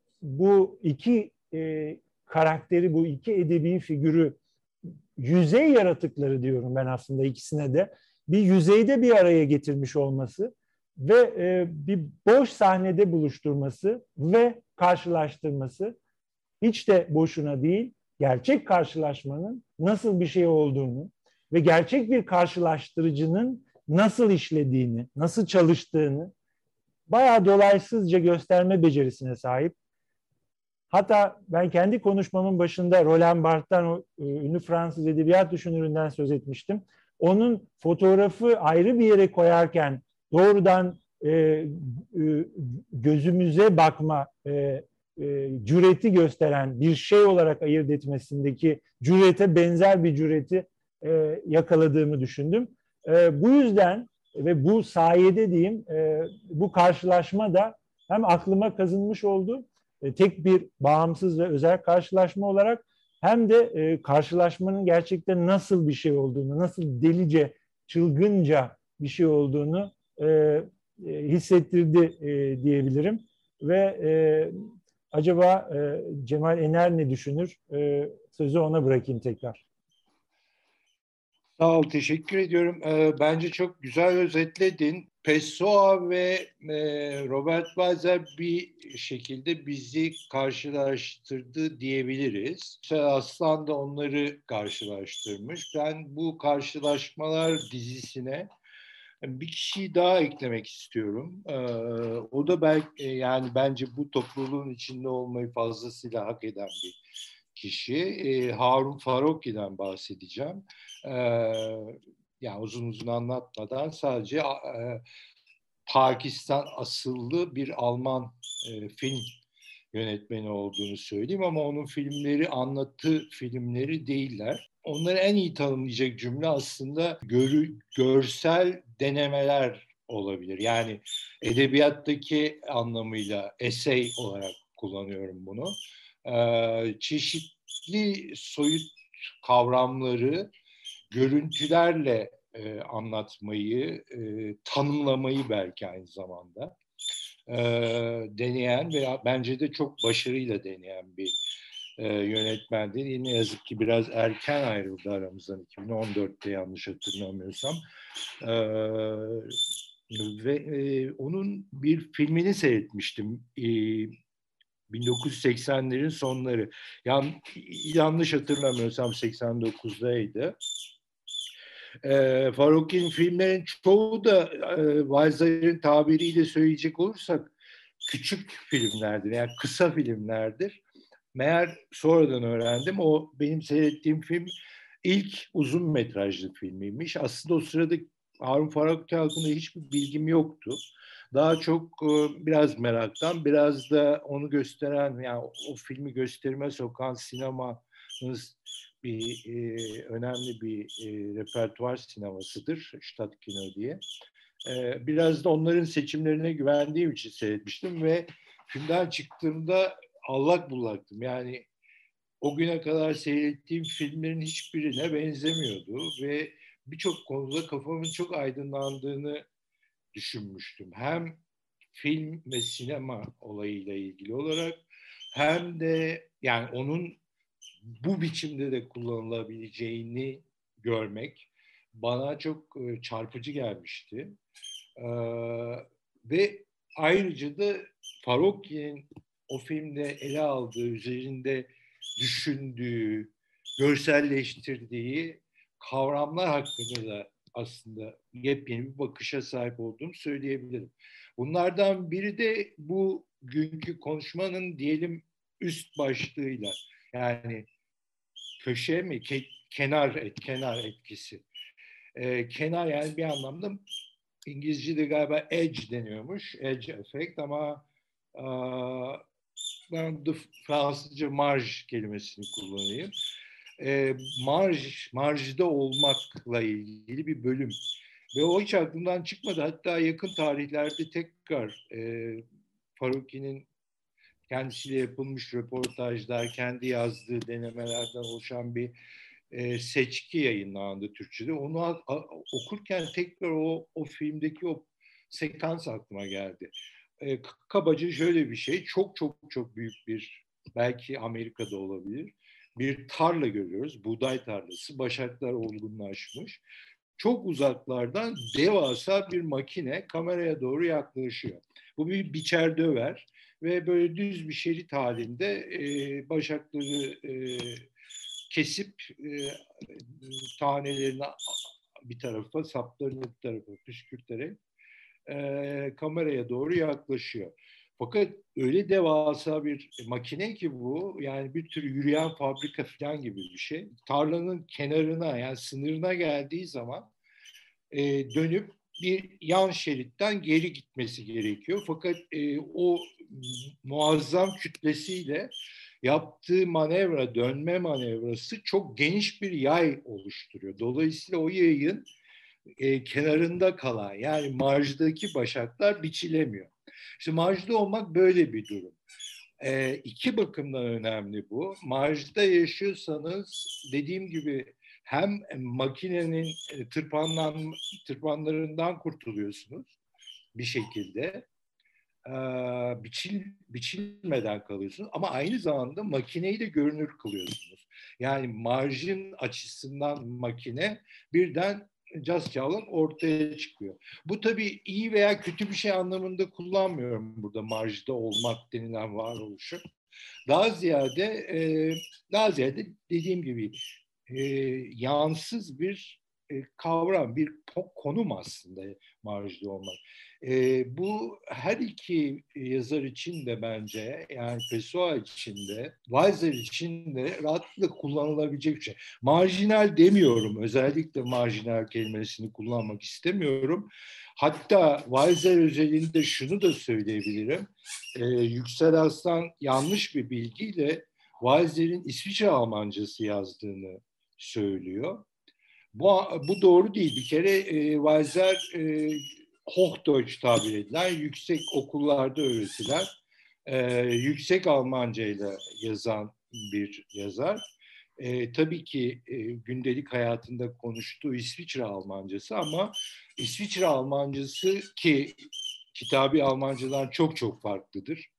bu iki e, karakteri, bu iki edebi figürü, yüzey yaratıkları diyorum ben aslında ikisine de, bir yüzeyde bir araya getirmiş olması ve e, bir boş sahnede buluşturması ve karşılaştırması hiç de boşuna değil, gerçek karşılaşmanın nasıl bir şey olduğunu ve gerçek bir karşılaştırıcının nasıl işlediğini, nasıl çalıştığını bayağı dolaysızca gösterme becerisine sahip. Hatta ben kendi konuşmamın başında Roland Barthes'tan, o ünlü Fransız edebiyat düşünüründen söz etmiştim. Onun fotoğrafı ayrı bir yere koyarken doğrudan e, e, gözümüze bakma e, e, cüreti gösteren bir şey olarak ayırt etmesindeki cürete benzer bir cüreti e, yakaladığımı düşündüm. E, bu yüzden ve bu sayede diyeyim, e, bu karşılaşma da hem aklıma kazınmış oldu, e, tek bir bağımsız ve özel karşılaşma olarak, hem de e, karşılaşmanın gerçekten nasıl bir şey olduğunu, nasıl delice, çılgınca bir şey olduğunu e, e, hissettirdi e, diyebilirim. Ve e, acaba e, Cemal Ener ne düşünür? E, sözü ona bırakayım tekrar. Sağ ol, teşekkür ediyorum. Ee, bence çok güzel özetledin. Pessoa ve e, Robert Walser bir şekilde bizi karşılaştırdı diyebiliriz. Aslan da onları karşılaştırmış. Ben bu karşılaşmalar dizisine bir kişiyi daha eklemek istiyorum. Ee, o da belki yani bence bu topluluğun içinde olmayı fazlasıyla hak eden bir kişi. Ee, Harun Farokhi'den bahsedeceğim. Ee, yani uzun uzun anlatmadan sadece e, Pakistan asıllı bir Alman e, film yönetmeni olduğunu söyleyeyim, ama onun filmleri anlatı filmleri değiller. Onları en iyi tanımlayacak cümle aslında görü, görsel denemeler olabilir. Yani edebiyattaki anlamıyla essay olarak kullanıyorum bunu. Ee, çeşitli soyut kavramları görüntülerle e, anlatmayı, e, tanımlamayı belki aynı zamanda e, deneyen ve bence de çok başarıyla deneyen bir e, yönetmendir. Yine yazık ki biraz erken ayrıldı aramızdan, iki bin on dörtte yanlış hatırlamıyorsam. E, ve e, onun bir filmini seyretmiştim. E, bin dokuz yüz seksenlerin sonları. Yan, yanlış hatırlamıyorsam seksen dokuzdaydı. E, Faruk'un filmlerin çoğu da e, Walser'in tabiriyle söyleyecek olursak küçük filmlerdir. Yani kısa filmlerdir. Meğer sonradan öğrendim. O benim seyrettiğim film ilk uzun metrajlı filmiymiş. Aslında o sırada Harun Farukti hakkında hiçbir bilgim yoktu. Daha çok e, biraz meraktan, biraz da onu gösteren, yani o, o filmi gösterime sokan sinemanın bir e, önemli bir e, repertuar sinemasıdır, Stadtkino diye. E, biraz da onların seçimlerine güvendiğim için seyretmiştim ve filmden çıktığımda allak bullaktım. Yani o güne kadar seyrettiğim filmlerin hiçbirine benzemiyordu ve birçok konuda kafamın çok aydınlandığını düşünmüştüm. Hem film ve sinema olayıyla ilgili olarak hem de yani onun bu biçimde de kullanılabileceğini görmek bana çok e, çarpıcı gelmişti. Ee, ve ayrıca da Farokki'nin o filmde ele aldığı, üzerinde düşündüğü, görselleştirdiği kavramlar hakkında da aslında yepyeni bir bakışa sahip olduğumu söyleyebilirim. Bunlardan biri de bu günkü konuşmanın diyelim üst başlığıyla, yani köşe mi, ke, kenar et, kenar etkisi. Ee, kenar yani bir anlamda İngilizce'de galiba edge deniyormuş, edge effect, ama uh, ben de Fransızca marj kelimesini kullanayım. E, marj, marjda olmakla ilgili bir bölüm. Ve o hiç aklımdan çıkmadı. Hatta yakın tarihlerde tekrar e, Farukki'nin kendisiyle yapılmış röportajlar, kendi yazdığı denemelerden oluşan bir e, seçki yayınlandı Türkçe'de. Onu a, a, okurken tekrar o, o filmdeki o sekans aklıma geldi. E, kabaca şöyle bir şey, çok çok çok büyük bir, belki Amerika'da olabilir, bir tarla görüyoruz, buğday tarlası, başaklar olgunlaşmış. Çok uzaklardan devasa bir makine kameraya doğru yaklaşıyor. Bu bir biçer döver ve böyle düz bir şerit halinde e, başakları e, kesip e, tanelerini bir tarafa, saplarını bir tarafa püskürterek e, kameraya doğru yaklaşıyor. Fakat öyle devasa bir makine ki bu, yani bir tür yürüyen fabrika falan gibi bir şey. Tarlanın kenarına, yani sınırına geldiği zaman e, dönüp bir yan şeritten geri gitmesi gerekiyor. Fakat e, o muazzam kütlesiyle yaptığı manevra, dönme manevrası çok geniş bir yay oluşturuyor. Dolayısıyla o yayın e, kenarında kalan, yani marjdaki başaklar biçilemiyor. İşte marjda olmak böyle bir durum. E, iki bakımdan önemli bu. Marjda yaşıyorsanız dediğim gibi hem makinenin tırpanlan, tırpanlarından kurtuluyorsunuz bir şekilde. E, biçil, biçilmeden kalıyorsunuz ama aynı zamanda makineyi de görünür kılıyorsunuz. Yani marjin açısından makine birden cazcağlan ortaya çıkıyor. Bu tabii iyi veya kötü bir şey anlamında kullanmıyorum burada marjda olmak denilen varoluşu. Daha ziyade e, daha ziyade dediğim gibi e, yansız bir e, kavram, bir konum aslında marjda olmak. E, bu her iki yazar için de bence, yani Pessoa için de, Walser için de rahatlıkla kullanılabilecek bir şey. Marjinal demiyorum, özellikle marjinal kelimesini kullanmak istemiyorum. Hatta Walser özelinde şunu da söyleyebilirim. E, Yüksel Aslan yanlış bir bilgiyle Walser'in İsviçre Almancası yazdığını söylüyor. Bu, bu doğru değil. Bir kere e, Walser e, Hochdeutsch tabir edilen, yüksek okullarda öğretilen, e, yüksek Almanca ile yazan bir yazar. E, tabii ki e, gündelik hayatında konuştuğu İsviçre Almancası, ama İsviçre Almancası ki kitabi Almancadan çok çok farklıdır.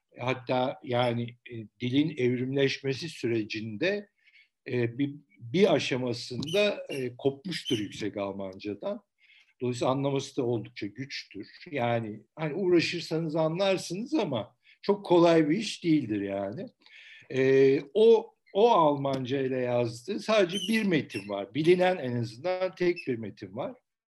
Hatta yani e, dilin evrimleşmesi sürecinde e, bir, bir aşamasında e, kopmuştur yüksek Almancadan. Dolayısıyla anlaması da oldukça güçtür. Yani hani uğraşırsanız anlarsınız ama çok kolay bir iş değildir yani. E, o o Almanca ile yazdığı sadece bir metin var. Bilinen en azından tek bir metin var.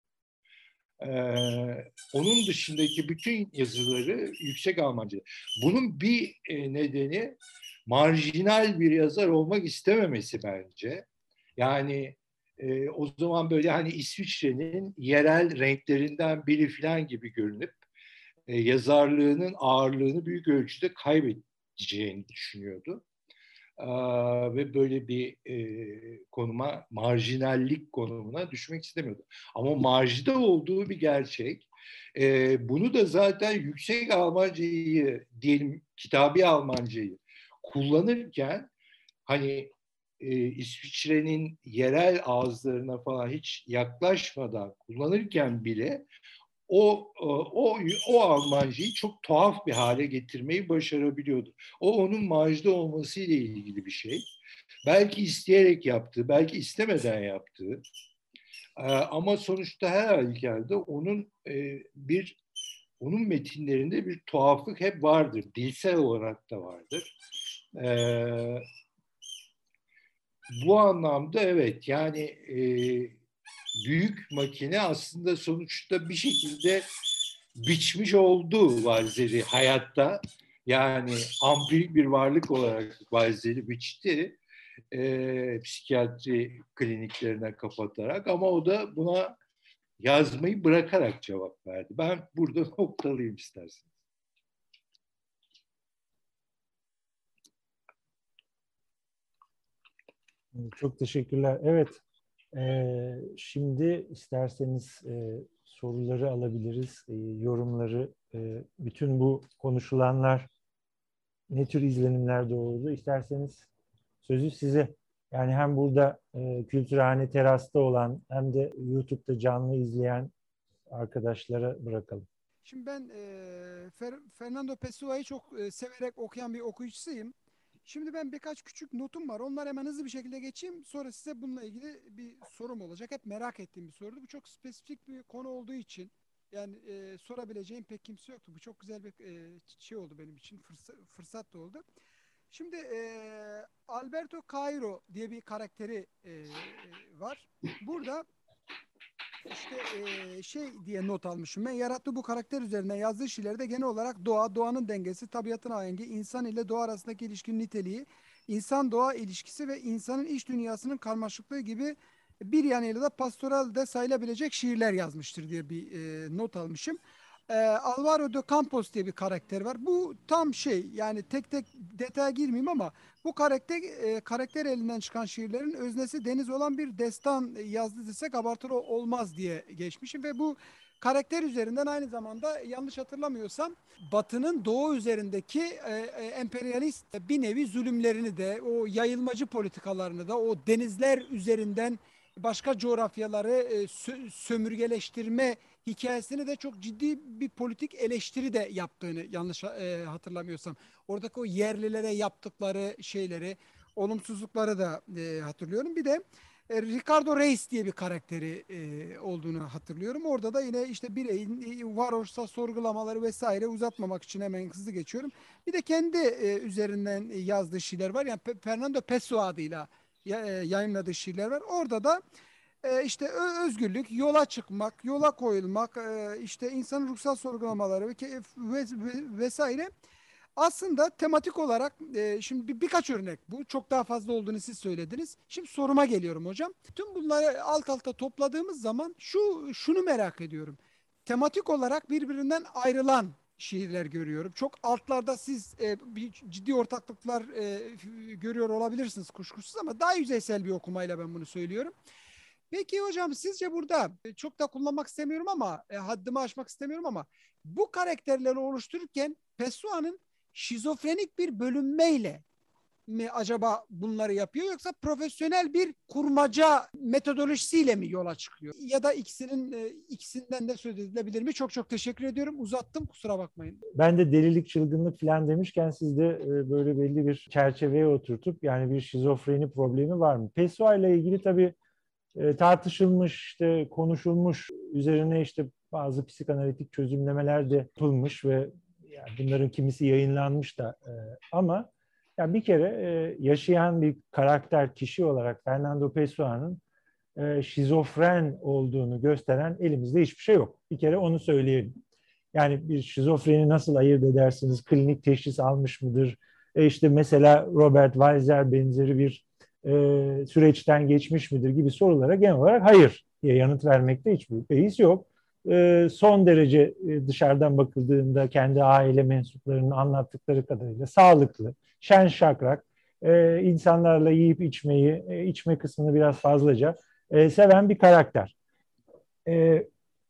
Ee, onun dışındaki bütün yazıları yüksek Almanca. Bunun bir e, nedeni marjinal bir yazar olmak istememesi bence. Yani e, o zaman böyle hani İsviçre'nin yerel renklerinden biri falan gibi görünüp e, yazarlığının ağırlığını büyük ölçüde kaybedeceğini düşünüyordu. Aa, ve böyle bir e, konuma, marjinallik konumuna düşmek istemiyordu. Ama marjda olduğu bir gerçek. E, bunu da zaten yüksek Almancayı, diyelim kitabi Almancayı kullanırken hani e, İsviçre'nin yerel ağızlarına falan hiç yaklaşmadan kullanırken bile o o o Almancayı çok tuhaf bir hale getirmeyi başarabiliyordu. O onun marjda olması ile ilgili bir şey. Belki isteyerek yaptığı, belki istemeden yaptığı. Ama sonuçta her halükarda onun bir onun metinlerinde bir tuhaflık hep vardır. Dilsel olarak da vardır. Bu anlamda evet, yani büyük makine aslında sonuçta bir şekilde biçmiş oldu Valzer'i hayatta. Yani ampirik bir varlık olarak Valzer'i biçti. E, psikiyatri kliniklerine kapatarak, ama o da buna yazmayı bırakarak cevap verdi. Ben burada noktalıyım istersen. Çok teşekkürler. Evet, e, şimdi isterseniz e, soruları alabiliriz, e, yorumları, e, bütün bu konuşulanlar ne tür izlenimler doğurdu? İsterseniz sözü size. Yani hem burada e, Kültürhane Teras'ta olan hem de YouTube'da canlı izleyen arkadaşlara bırakalım. Şimdi ben e, Fer- Fernando Pessoa'yı çok e, severek okuyan bir okuyucusuyum. Şimdi ben birkaç küçük notum var. Onları hemen hızlı bir şekilde geçeyim. Sonra size bununla ilgili bir sorum olacak. Hep merak ettiğim bir soruydu. Bu çok spesifik bir konu olduğu için yani e, sorabileceğim pek kimse yoktu. Bu çok güzel bir e, şey oldu benim için. Fırsat, fırsat da oldu. Şimdi e, Alberto Cairo diye bir karakteri e, var. Burada işte eee, şey diye not almışım. Ben yarattığı bu karakter üzerine yazdığı şiirlerde genel olarak doğa, doğanın dengesi, tabiatın ahengi, insan ile doğa arasındaki ilişkinin niteliği, insan-doğa ilişkisi ve insanın iç dünyasının karmaşıklığı gibi bir yanıyla da pastoral de sayılabilecek şiirler yazmıştır diye bir eee, not almışım. Eee, Alvaro de Campos diye bir karakter var. Bu tam şey, yani tek tek detaya girmeyeyim ama bu karakter e, karakter elinden çıkan şiirlerin öznesi deniz olan bir destan yazdı desek abartılı olmaz diye geçmişim ve bu karakter üzerinden aynı zamanda yanlış hatırlamıyorsam Batı'nın Doğu üzerindeki e, e, emperyalist bir nevi zulümlerini de, o yayılmacı politikalarını da, o denizler üzerinden başka coğrafyaları e, sö- sömürgeleştirme hikayesini de çok ciddi bir politik eleştiri de yaptığını yanlış e, hatırlamıyorsam. Oradaki o yerlilere yaptıkları şeyleri, olumsuzlukları da e, hatırlıyorum. Bir de e, Ricardo Reis diye bir karakteri e, olduğunu hatırlıyorum. Orada da yine işte bireyin e, varoşsa sorgulamaları vesaire uzatmamak için hemen hızlı geçiyorum. Bir de kendi e, üzerinden yazdığı şiirler var. Yani Pe- Fernando Pessoa adıyla ya- e, yayınladığı şiirler var. Orada da e, işte ö- özgürlük, yola çıkmak, yola koyulmak, e, işte insanın ruhsal sorgulamaları ve, ke- ve- ve- vesaire. Aslında tematik olarak e, şimdi bir, birkaç örnek bu. Çok daha fazla olduğunu siz söylediniz. Şimdi soruma geliyorum hocam. Tüm bunları alt alta topladığımız zaman şu şunu merak ediyorum. Tematik olarak birbirinden ayrılan şiirler görüyorum. Çok altlarda siz e, bir ciddi ortaklıklar e, f- görüyor olabilirsiniz kuşkusuz ama daha yüzeysel bir okumayla ben bunu söylüyorum. Peki hocam sizce burada e, çok da kullanmak istemiyorum ama e, haddimi aşmak istemiyorum ama bu karakterleri oluştururken Pessoa'nın şizofrenik bir bölünmeyle mi acaba bunları yapıyor yoksa profesyonel bir kurmaca metodolojisiyle mi yola çıkıyor? Ya da ikisinin e, ikisinden de söz edilebilir mi? Çok çok teşekkür ediyorum. Uzattım, kusura bakmayın. Ben de delilik, çılgınlık falan demişken siz de e, böyle belli bir çerçeveye oturtup yani bir şizofreni problemi var mı? Pessoa ile ilgili tabii e, tartışılmış, işte konuşulmuş, üzerine işte bazı psikanalitik çözümlemeler de yapılmış ve yani bunların kimisi yayınlanmış da e, ama Yani bir kere e, yaşayan bir karakter kişi olarak Fernando Pessoa'nın e, şizofren olduğunu gösteren elimizde hiçbir şey yok. Bir kere onu söyleyelim. Yani bir şizofreni nasıl ayırt edersiniz? Klinik teşhis almış mıdır? E işte mesela Robert Walser benzeri bir e, süreçten geçmiş midir gibi sorulara genel olarak hayır diye yanıt vermekte hiçbir beis yok. E, son derece e, dışarıdan bakıldığında kendi aile mensuplarının anlattıkları kadarıyla sağlıklı, şen şakrak, e, insanlarla yiyip içmeyi, e, içme kısmını biraz fazlaca e, seven bir karakter. E,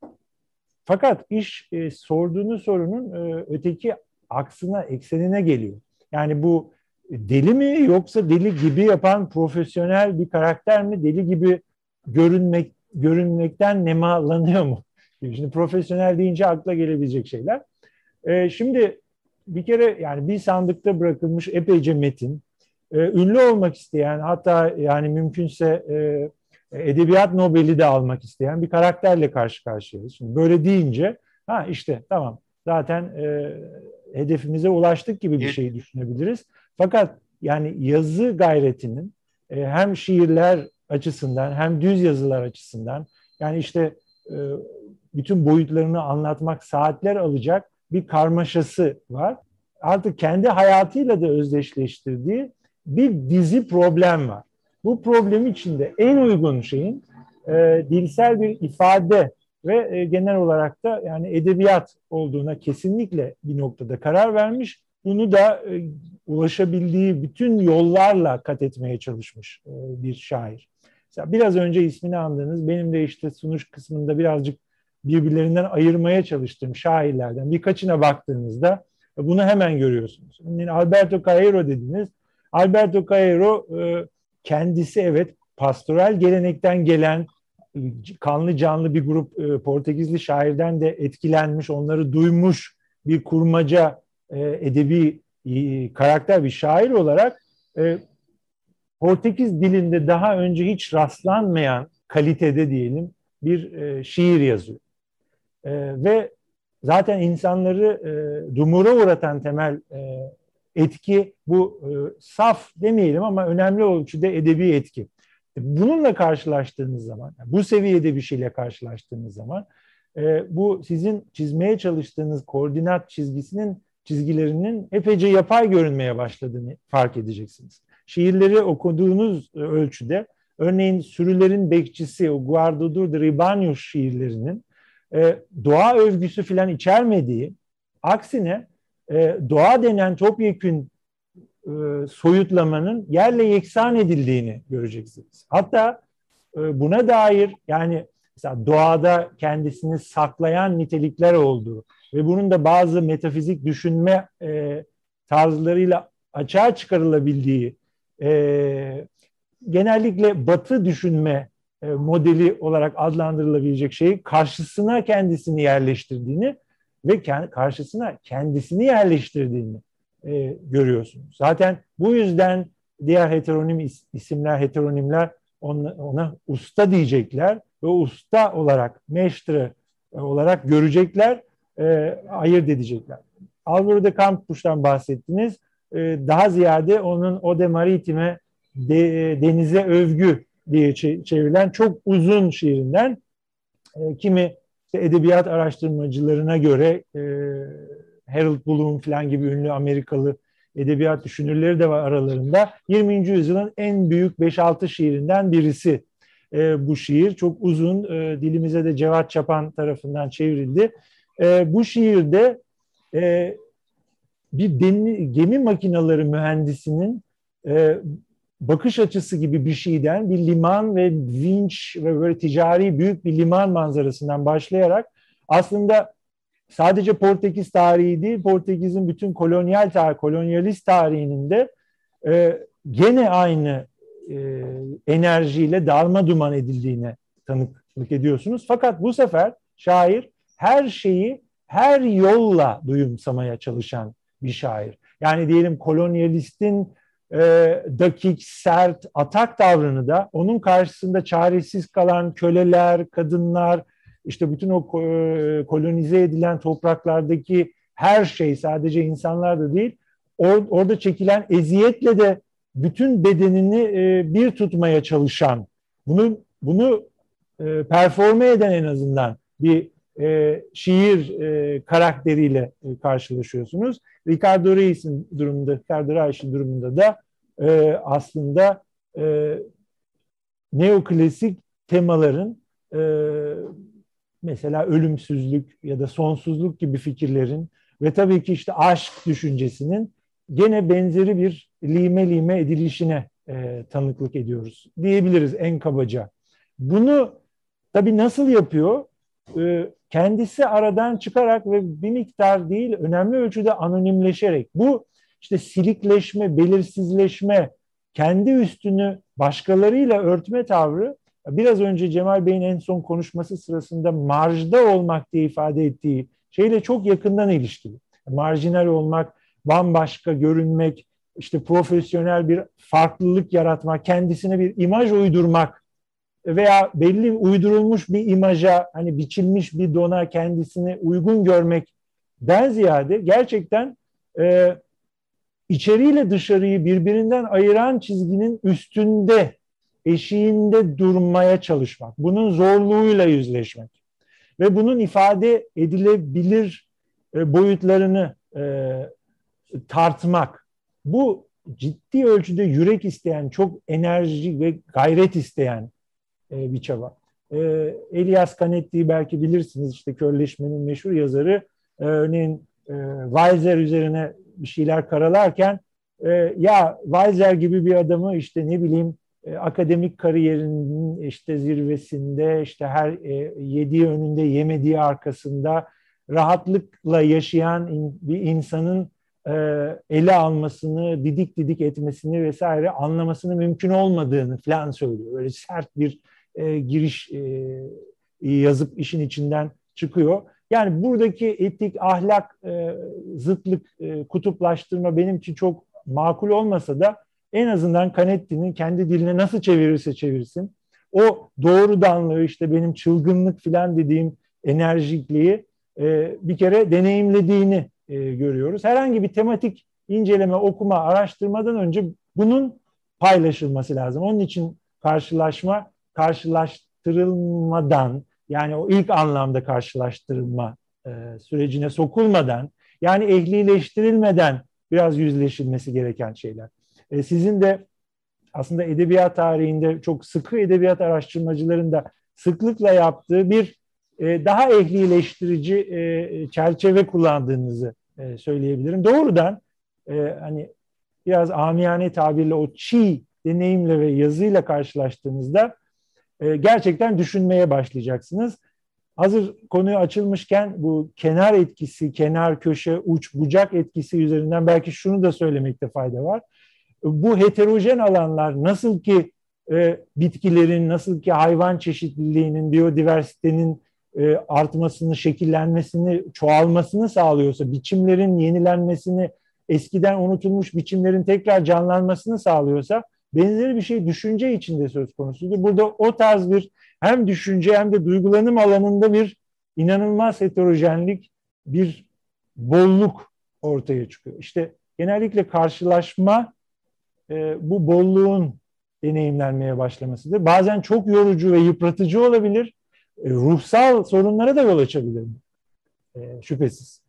Fakat iş e, sorduğunuz sorunun e, öteki aksına, eksenine geliyor. Yani bu deli mi yoksa deli gibi yapan profesyonel bir karakter mi? Deli gibi görünmek görünmekten nemalanıyor mu? Şimdi profesyonel deyince akla gelebilecek şeyler. E, şimdi bir kere yani bir sandıkta bırakılmış epeyce metin, e, ünlü olmak isteyen, hatta yani mümkünse e, Edebiyat Nobel'i de almak isteyen bir karakterle karşı karşıyayız. Şimdi böyle deyince ha işte tamam zaten e, hedefimize ulaştık gibi bir şey düşünebiliriz. Fakat yani yazı gayretinin e, hem şiirler açısından hem düz yazılar açısından yani işte e, bütün boyutlarını anlatmak saatler alacak bir karmaşası var. Artık kendi hayatıyla da özdeşleştirdiği bir dizi problem var. Bu problem içinde en uygun şeyin e, dilsel bir ifade ve e, genel olarak da yani edebiyat olduğuna kesinlikle bir noktada karar vermiş. Bunu da e, ulaşabildiği bütün yollarla kat etmeye çalışmış e, bir şair. Mesela biraz önce ismini andığınız, benim de işte sunuş kısmında birazcık birbirlerinden ayırmaya çalıştığım şairlerden birkaçına baktığınızda bunu hemen görüyorsunuz. Yani Alberto Caeiro dediniz. Alberto Caeiro e, kendisi evet pastoral gelenekten gelen kanlı canlı bir grup e, Portekizli şairden de etkilenmiş, onları duymuş bir kurmaca e, edebi e, karakter bir şair olarak e, Portekiz dilinde daha önce hiç rastlanmayan kalitede diyelim bir e, şiir yazıyor. E, ve zaten insanları e, dumura uğratan temel e, etki bu e, saf demeyelim ama önemli ölçüde edebi etki. Bununla karşılaştığınız zaman, bu seviyede bir şeyle karşılaştığınız zaman e, bu sizin çizmeye çalıştığınız koordinat çizgisinin çizgilerinin epeyce yapay görünmeye başladığını fark edeceksiniz. Şiirleri okuduğunuz ölçüde, örneğin Sürülerin Bekçisi, o Guardador de Rebaños şiirlerinin e, doğa övgüsü filan içermediği, aksine e, doğa denen topyekün e, soyutlamanın yerle yeksan edildiğini göreceksiniz. Hatta e, buna dair yani mesela doğada kendisini saklayan nitelikler olduğu ve bunun da bazı metafizik düşünme e, tarzlarıyla açığa çıkarılabildiği e, genellikle Batı düşünme e, modeli olarak adlandırılabilecek şeyi karşısına kendisini yerleştirdiğini ve kend, karşısına kendisini yerleştirdiğini e, görüyorsunuz. Zaten bu yüzden diğer heteronim is, isimler, heteronimler ona, ona usta diyecekler ve usta olarak, meştre olarak görecekler, e, ayırt edecekler. Álvaro de Campos'tan bahsettiniz. E, daha ziyade onun Ode Maritime, de, denize övgü diye çevrilen çok uzun şiirinden e, kimi işte edebiyat araştırmacılarına göre e, Harold Bloom falan gibi ünlü Amerikalı edebiyat düşünürleri de var aralarında. yirminci yüzyılın en büyük beş altı şiirinden birisi e, bu şiir. Çok uzun, e, dilimize de Cevat Çapan tarafından çevrildi. E, bu şiirde e, bir deni, gemi makineleri mühendisinin e, bakış açısı gibi bir şeyden bir liman ve vinç ve böyle ticari büyük bir liman manzarasından başlayarak aslında sadece Portekiz tarihi değil, Portekiz'in bütün kolonyal tarih, kolonyalist tarihinin de e, gene aynı e, enerjiyle darma duman edildiğine tanıklık ediyorsunuz. Fakat bu sefer şair her şeyi her yolla duyumsamaya çalışan bir şair. Yani diyelim kolonyalistin e, dakik, sert, atak tavrını da onun karşısında çaresiz kalan köleler, kadınlar, işte bütün o kolonize edilen topraklardaki her şey, sadece insanlar da değil, or, orada çekilen eziyetle de bütün bedenini e, bir tutmaya çalışan, bunu bunu e, performe eden en azından bir e, şiir e, karakteriyle e, karşılaşıyorsunuz. Ricardo Reis'in durumunda, Ricardo Reis'in durumunda da e, aslında e, neoklasik temaların e, mesela ölümsüzlük ya da sonsuzluk gibi fikirlerin ve tabii ki işte aşk düşüncesinin gene benzeri bir lime lime edilişine e, tanıklık ediyoruz diyebiliriz en kabaca. Bunu tabii nasıl yapıyor? E, kendisi aradan çıkarak ve bir miktar değil önemli ölçüde anonimleşerek bu işte silikleşme, belirsizleşme, kendi üstünü başkalarıyla örtme tavrı biraz önce Cemal Bey'in en son konuşması sırasında marjda olmak diye ifade ettiği şeyle çok yakından ilişkili. Marjinal olmak, bambaşka görünmek, işte profesyonel bir farklılık yaratmak, kendisine bir imaj uydurmak veya belli uydurulmuş bir imaja, hani biçilmiş bir dona kendisini uygun görmekten ziyade gerçekten e, içeriyle dışarıyı birbirinden ayıran çizginin üstünde, eşiğinde durmaya çalışmak. Bunun zorluğuyla yüzleşmek. Ve bunun ifade edilebilir e, boyutlarını e, tartmak. Bu ciddi ölçüde yürek isteyen, çok enerji ve gayret isteyen e, bir çaba. E, Elias Canetti'yi belki bilirsiniz, işte körleşmenin meşhur yazarı. E, örneğin e, Weiser üzerine bir şeyler karalarken e, ya Weiser gibi bir adamı işte ne bileyim e, akademik kariyerinin işte zirvesinde, işte her e, yediği önünde yemediği arkasında rahatlıkla yaşayan in, bir insanın e, ele almasını, didik didik etmesini vesaire anlamasını mümkün olmadığını falan söylüyor. Öyle sert bir e, giriş e, yazıp işin içinden çıkıyor. Yani buradaki etik, ahlak, e, zıtlık, e, kutuplaştırma benim için çok makul olmasa da en azından Canetti'nin kendi diline nasıl çevirirse çevirsin o doğrudanlığı, işte benim çılgınlık falan dediğim enerjikliği e, bir kere deneyimlediğini e, görüyoruz. Herhangi bir tematik inceleme, okuma, araştırmadan önce bunun paylaşılması lazım. Onun için karşılaşma, karşılaştırılmadan, yani o ilk anlamda karşılaştırılma e, sürecine sokulmadan, yani ehlileştirilmeden biraz yüzleşilmesi gereken şeyler. E, sizin de aslında edebiyat tarihinde çok sıkı edebiyat araştırmacıların da sıklıkla yaptığı bir e, daha ehlileştirici e, çerçeve kullandığınızı e, söyleyebilirim. Doğrudan e, hani biraz amiyane tabirle o çiğ deneyimle ve yazıyla karşılaştığınızda e, gerçekten düşünmeye başlayacaksınız. Hazır konuyu açılmışken bu kenar etkisi, kenar, köşe, uç, bucak etkisi üzerinden belki şunu da söylemekte fayda var. Bu heterojen alanlar nasıl ki e, bitkilerin, nasıl ki hayvan çeşitliliğinin, biyodiversitenin e, artmasını, şekillenmesini, çoğalmasını sağlıyorsa, biçimlerin yenilenmesini, eskiden unutulmuş biçimlerin tekrar canlanmasını sağlıyorsa, benzeri bir şey düşünce içinde söz konusudur. Burada o tarz bir hem düşünce hem de duygulanım alanında bir inanılmaz heterojenlik, bir bolluk ortaya çıkıyor. İşte genellikle karşılaşma e, bu bolluğun deneyimlenmeye başlamasıdır. Bazen çok yorucu ve yıpratıcı olabilir. E, ruhsal sorunlara da yol açabilir. E, şüphesiz.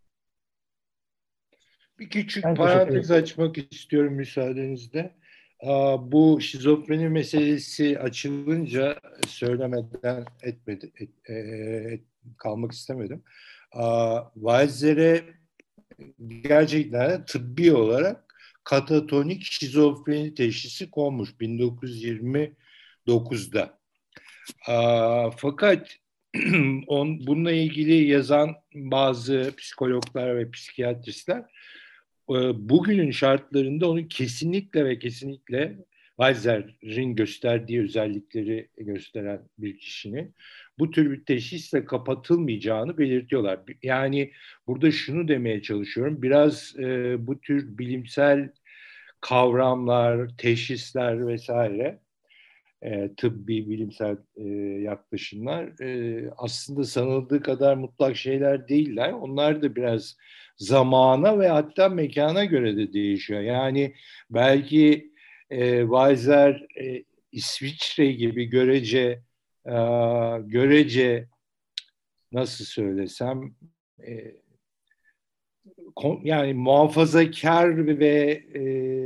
Bir küçük Ben parantez açmak istiyorum müsaadenizle. Bu şizofreni meselesi açılınca söylemeden etmedi, et, et, kalmak istemedim. Weiser'e gerçekten tıbbi olarak katatonik şizofreni teşhisi konmuş bin dokuz yüz yirmi dokuzda. Fakat on, bununla ilgili yazan bazı psikologlar ve psikiyatristler bugünün şartlarında onu kesinlikle ve kesinlikle Weiser'in gösterdiği özellikleri gösteren bir kişinin bu tür bir teşhisle kapatılmayacağını belirtiyorlar. Yani burada şunu demeye çalışıyorum. Biraz e, bu tür bilimsel kavramlar, teşhisler vesaire e, tıbbi, bilimsel e, yaklaşımlar e, aslında sanıldığı kadar mutlak şeyler değiller. Onlar da biraz zamana ve hatta mekana göre de değişiyor. Yani belki e, Weiser e, İsviçre gibi görece e, görece nasıl söylesem e, kon, yani muhafazakar ve e,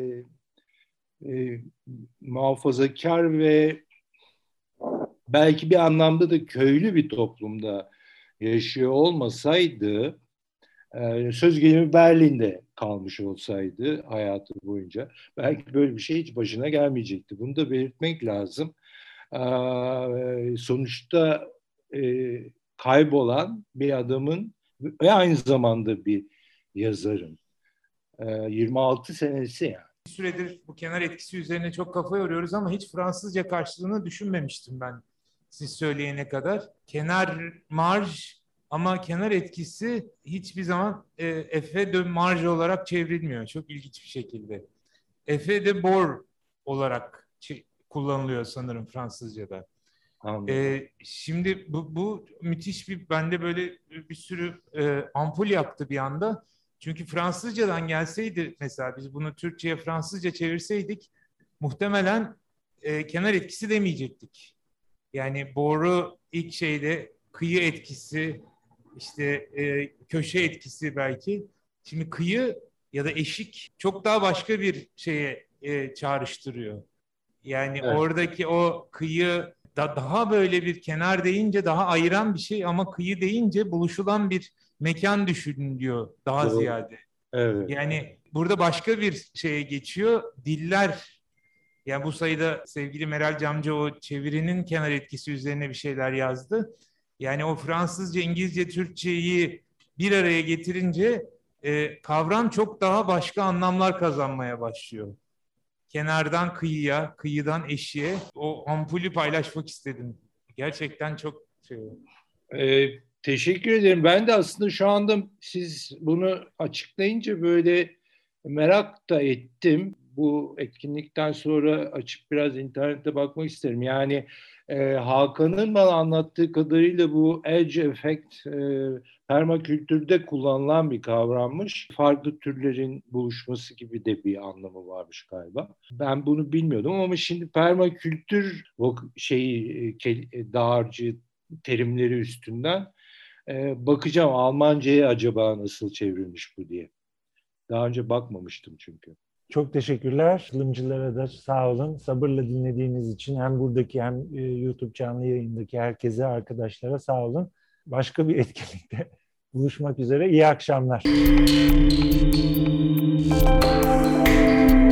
e, muhafazakar ve belki bir anlamda da köylü bir toplumda yaşıyor olmasaydı, e, söz gelimi Berlin'de kalmış olsaydı hayatı boyunca belki böyle bir şey hiç başına gelmeyecekti. Bunu da belirtmek lazım. E, sonuçta e, kaybolan bir adamın ve aynı zamanda bir yazarın. E, yirmi altı senesi yani. Bir süredir bu kenar etkisi üzerine çok kafa yoruyoruz ama hiç Fransızca karşılığını düşünmemiştim ben siz söyleyene kadar. Kenar, marj ama kenar etkisi hiçbir zaman e, effet de marge olarak çevrilmiyor. Çok ilginç bir şekilde. Effet de bord olarak kullanılıyor sanırım Fransızca'da. E, şimdi bu, bu müthiş bir, bende böyle bir sürü e, ampul yaktı bir anda. Çünkü Fransızcadan gelseydi mesela biz bunu Türkçe'ye Fransızca çevirseydik muhtemelen e, kenar etkisi demeyecektik. Yani boru ilk şeyde kıyı etkisi, işte e, köşe etkisi belki. Şimdi kıyı ya da eşik çok daha başka bir şeye e, çağrıştırıyor. Yani evet. Oradaki o kıyı da, daha böyle bir kenar deyince daha ayıran bir şey ama kıyı deyince buluşulan bir mekan düşünün diyor daha Doğru. ziyade. Evet. Yani burada başka bir şeye geçiyor. Diller, yani bu sayıda sevgili Meral Camcı o çevirinin kenar etkisi üzerine bir şeyler yazdı. Yani o Fransızca, İngilizce, Türkçeyi bir araya getirince e, kavram çok daha başka anlamlar kazanmaya başlıyor. Kenardan kıyıya, kıyıdan eşiğe o ampulü paylaşmak istedim. Gerçekten çok şey. Ee, teşekkür ederim. Ben de aslında şu anda siz bunu açıklayınca böyle merak da ettim. Bu etkinlikten sonra açıp biraz internette bakmak isterim. Yani e, Hakan'ın bana anlattığı kadarıyla bu edge effect e, permakültürde kullanılan bir kavrammış. Farklı türlerin buluşması gibi de bir anlamı varmış galiba. Ben bunu bilmiyordum ama şimdi permakültür şeyi dağarcığı terimleri üstünden e, bakacağım Almanca'ya acaba nasıl çevrilmiş bu diye. Daha önce bakmamıştım çünkü. Çok teşekkürler. Katılımcılara da sağ olun. Sabırla dinlediğiniz için hem buradaki hem YouTube canlı yayındaki herkese, arkadaşlara sağ olun. Başka bir etkinlikte buluşmak üzere. İyi akşamlar.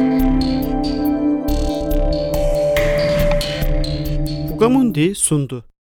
Fugamundi sundu.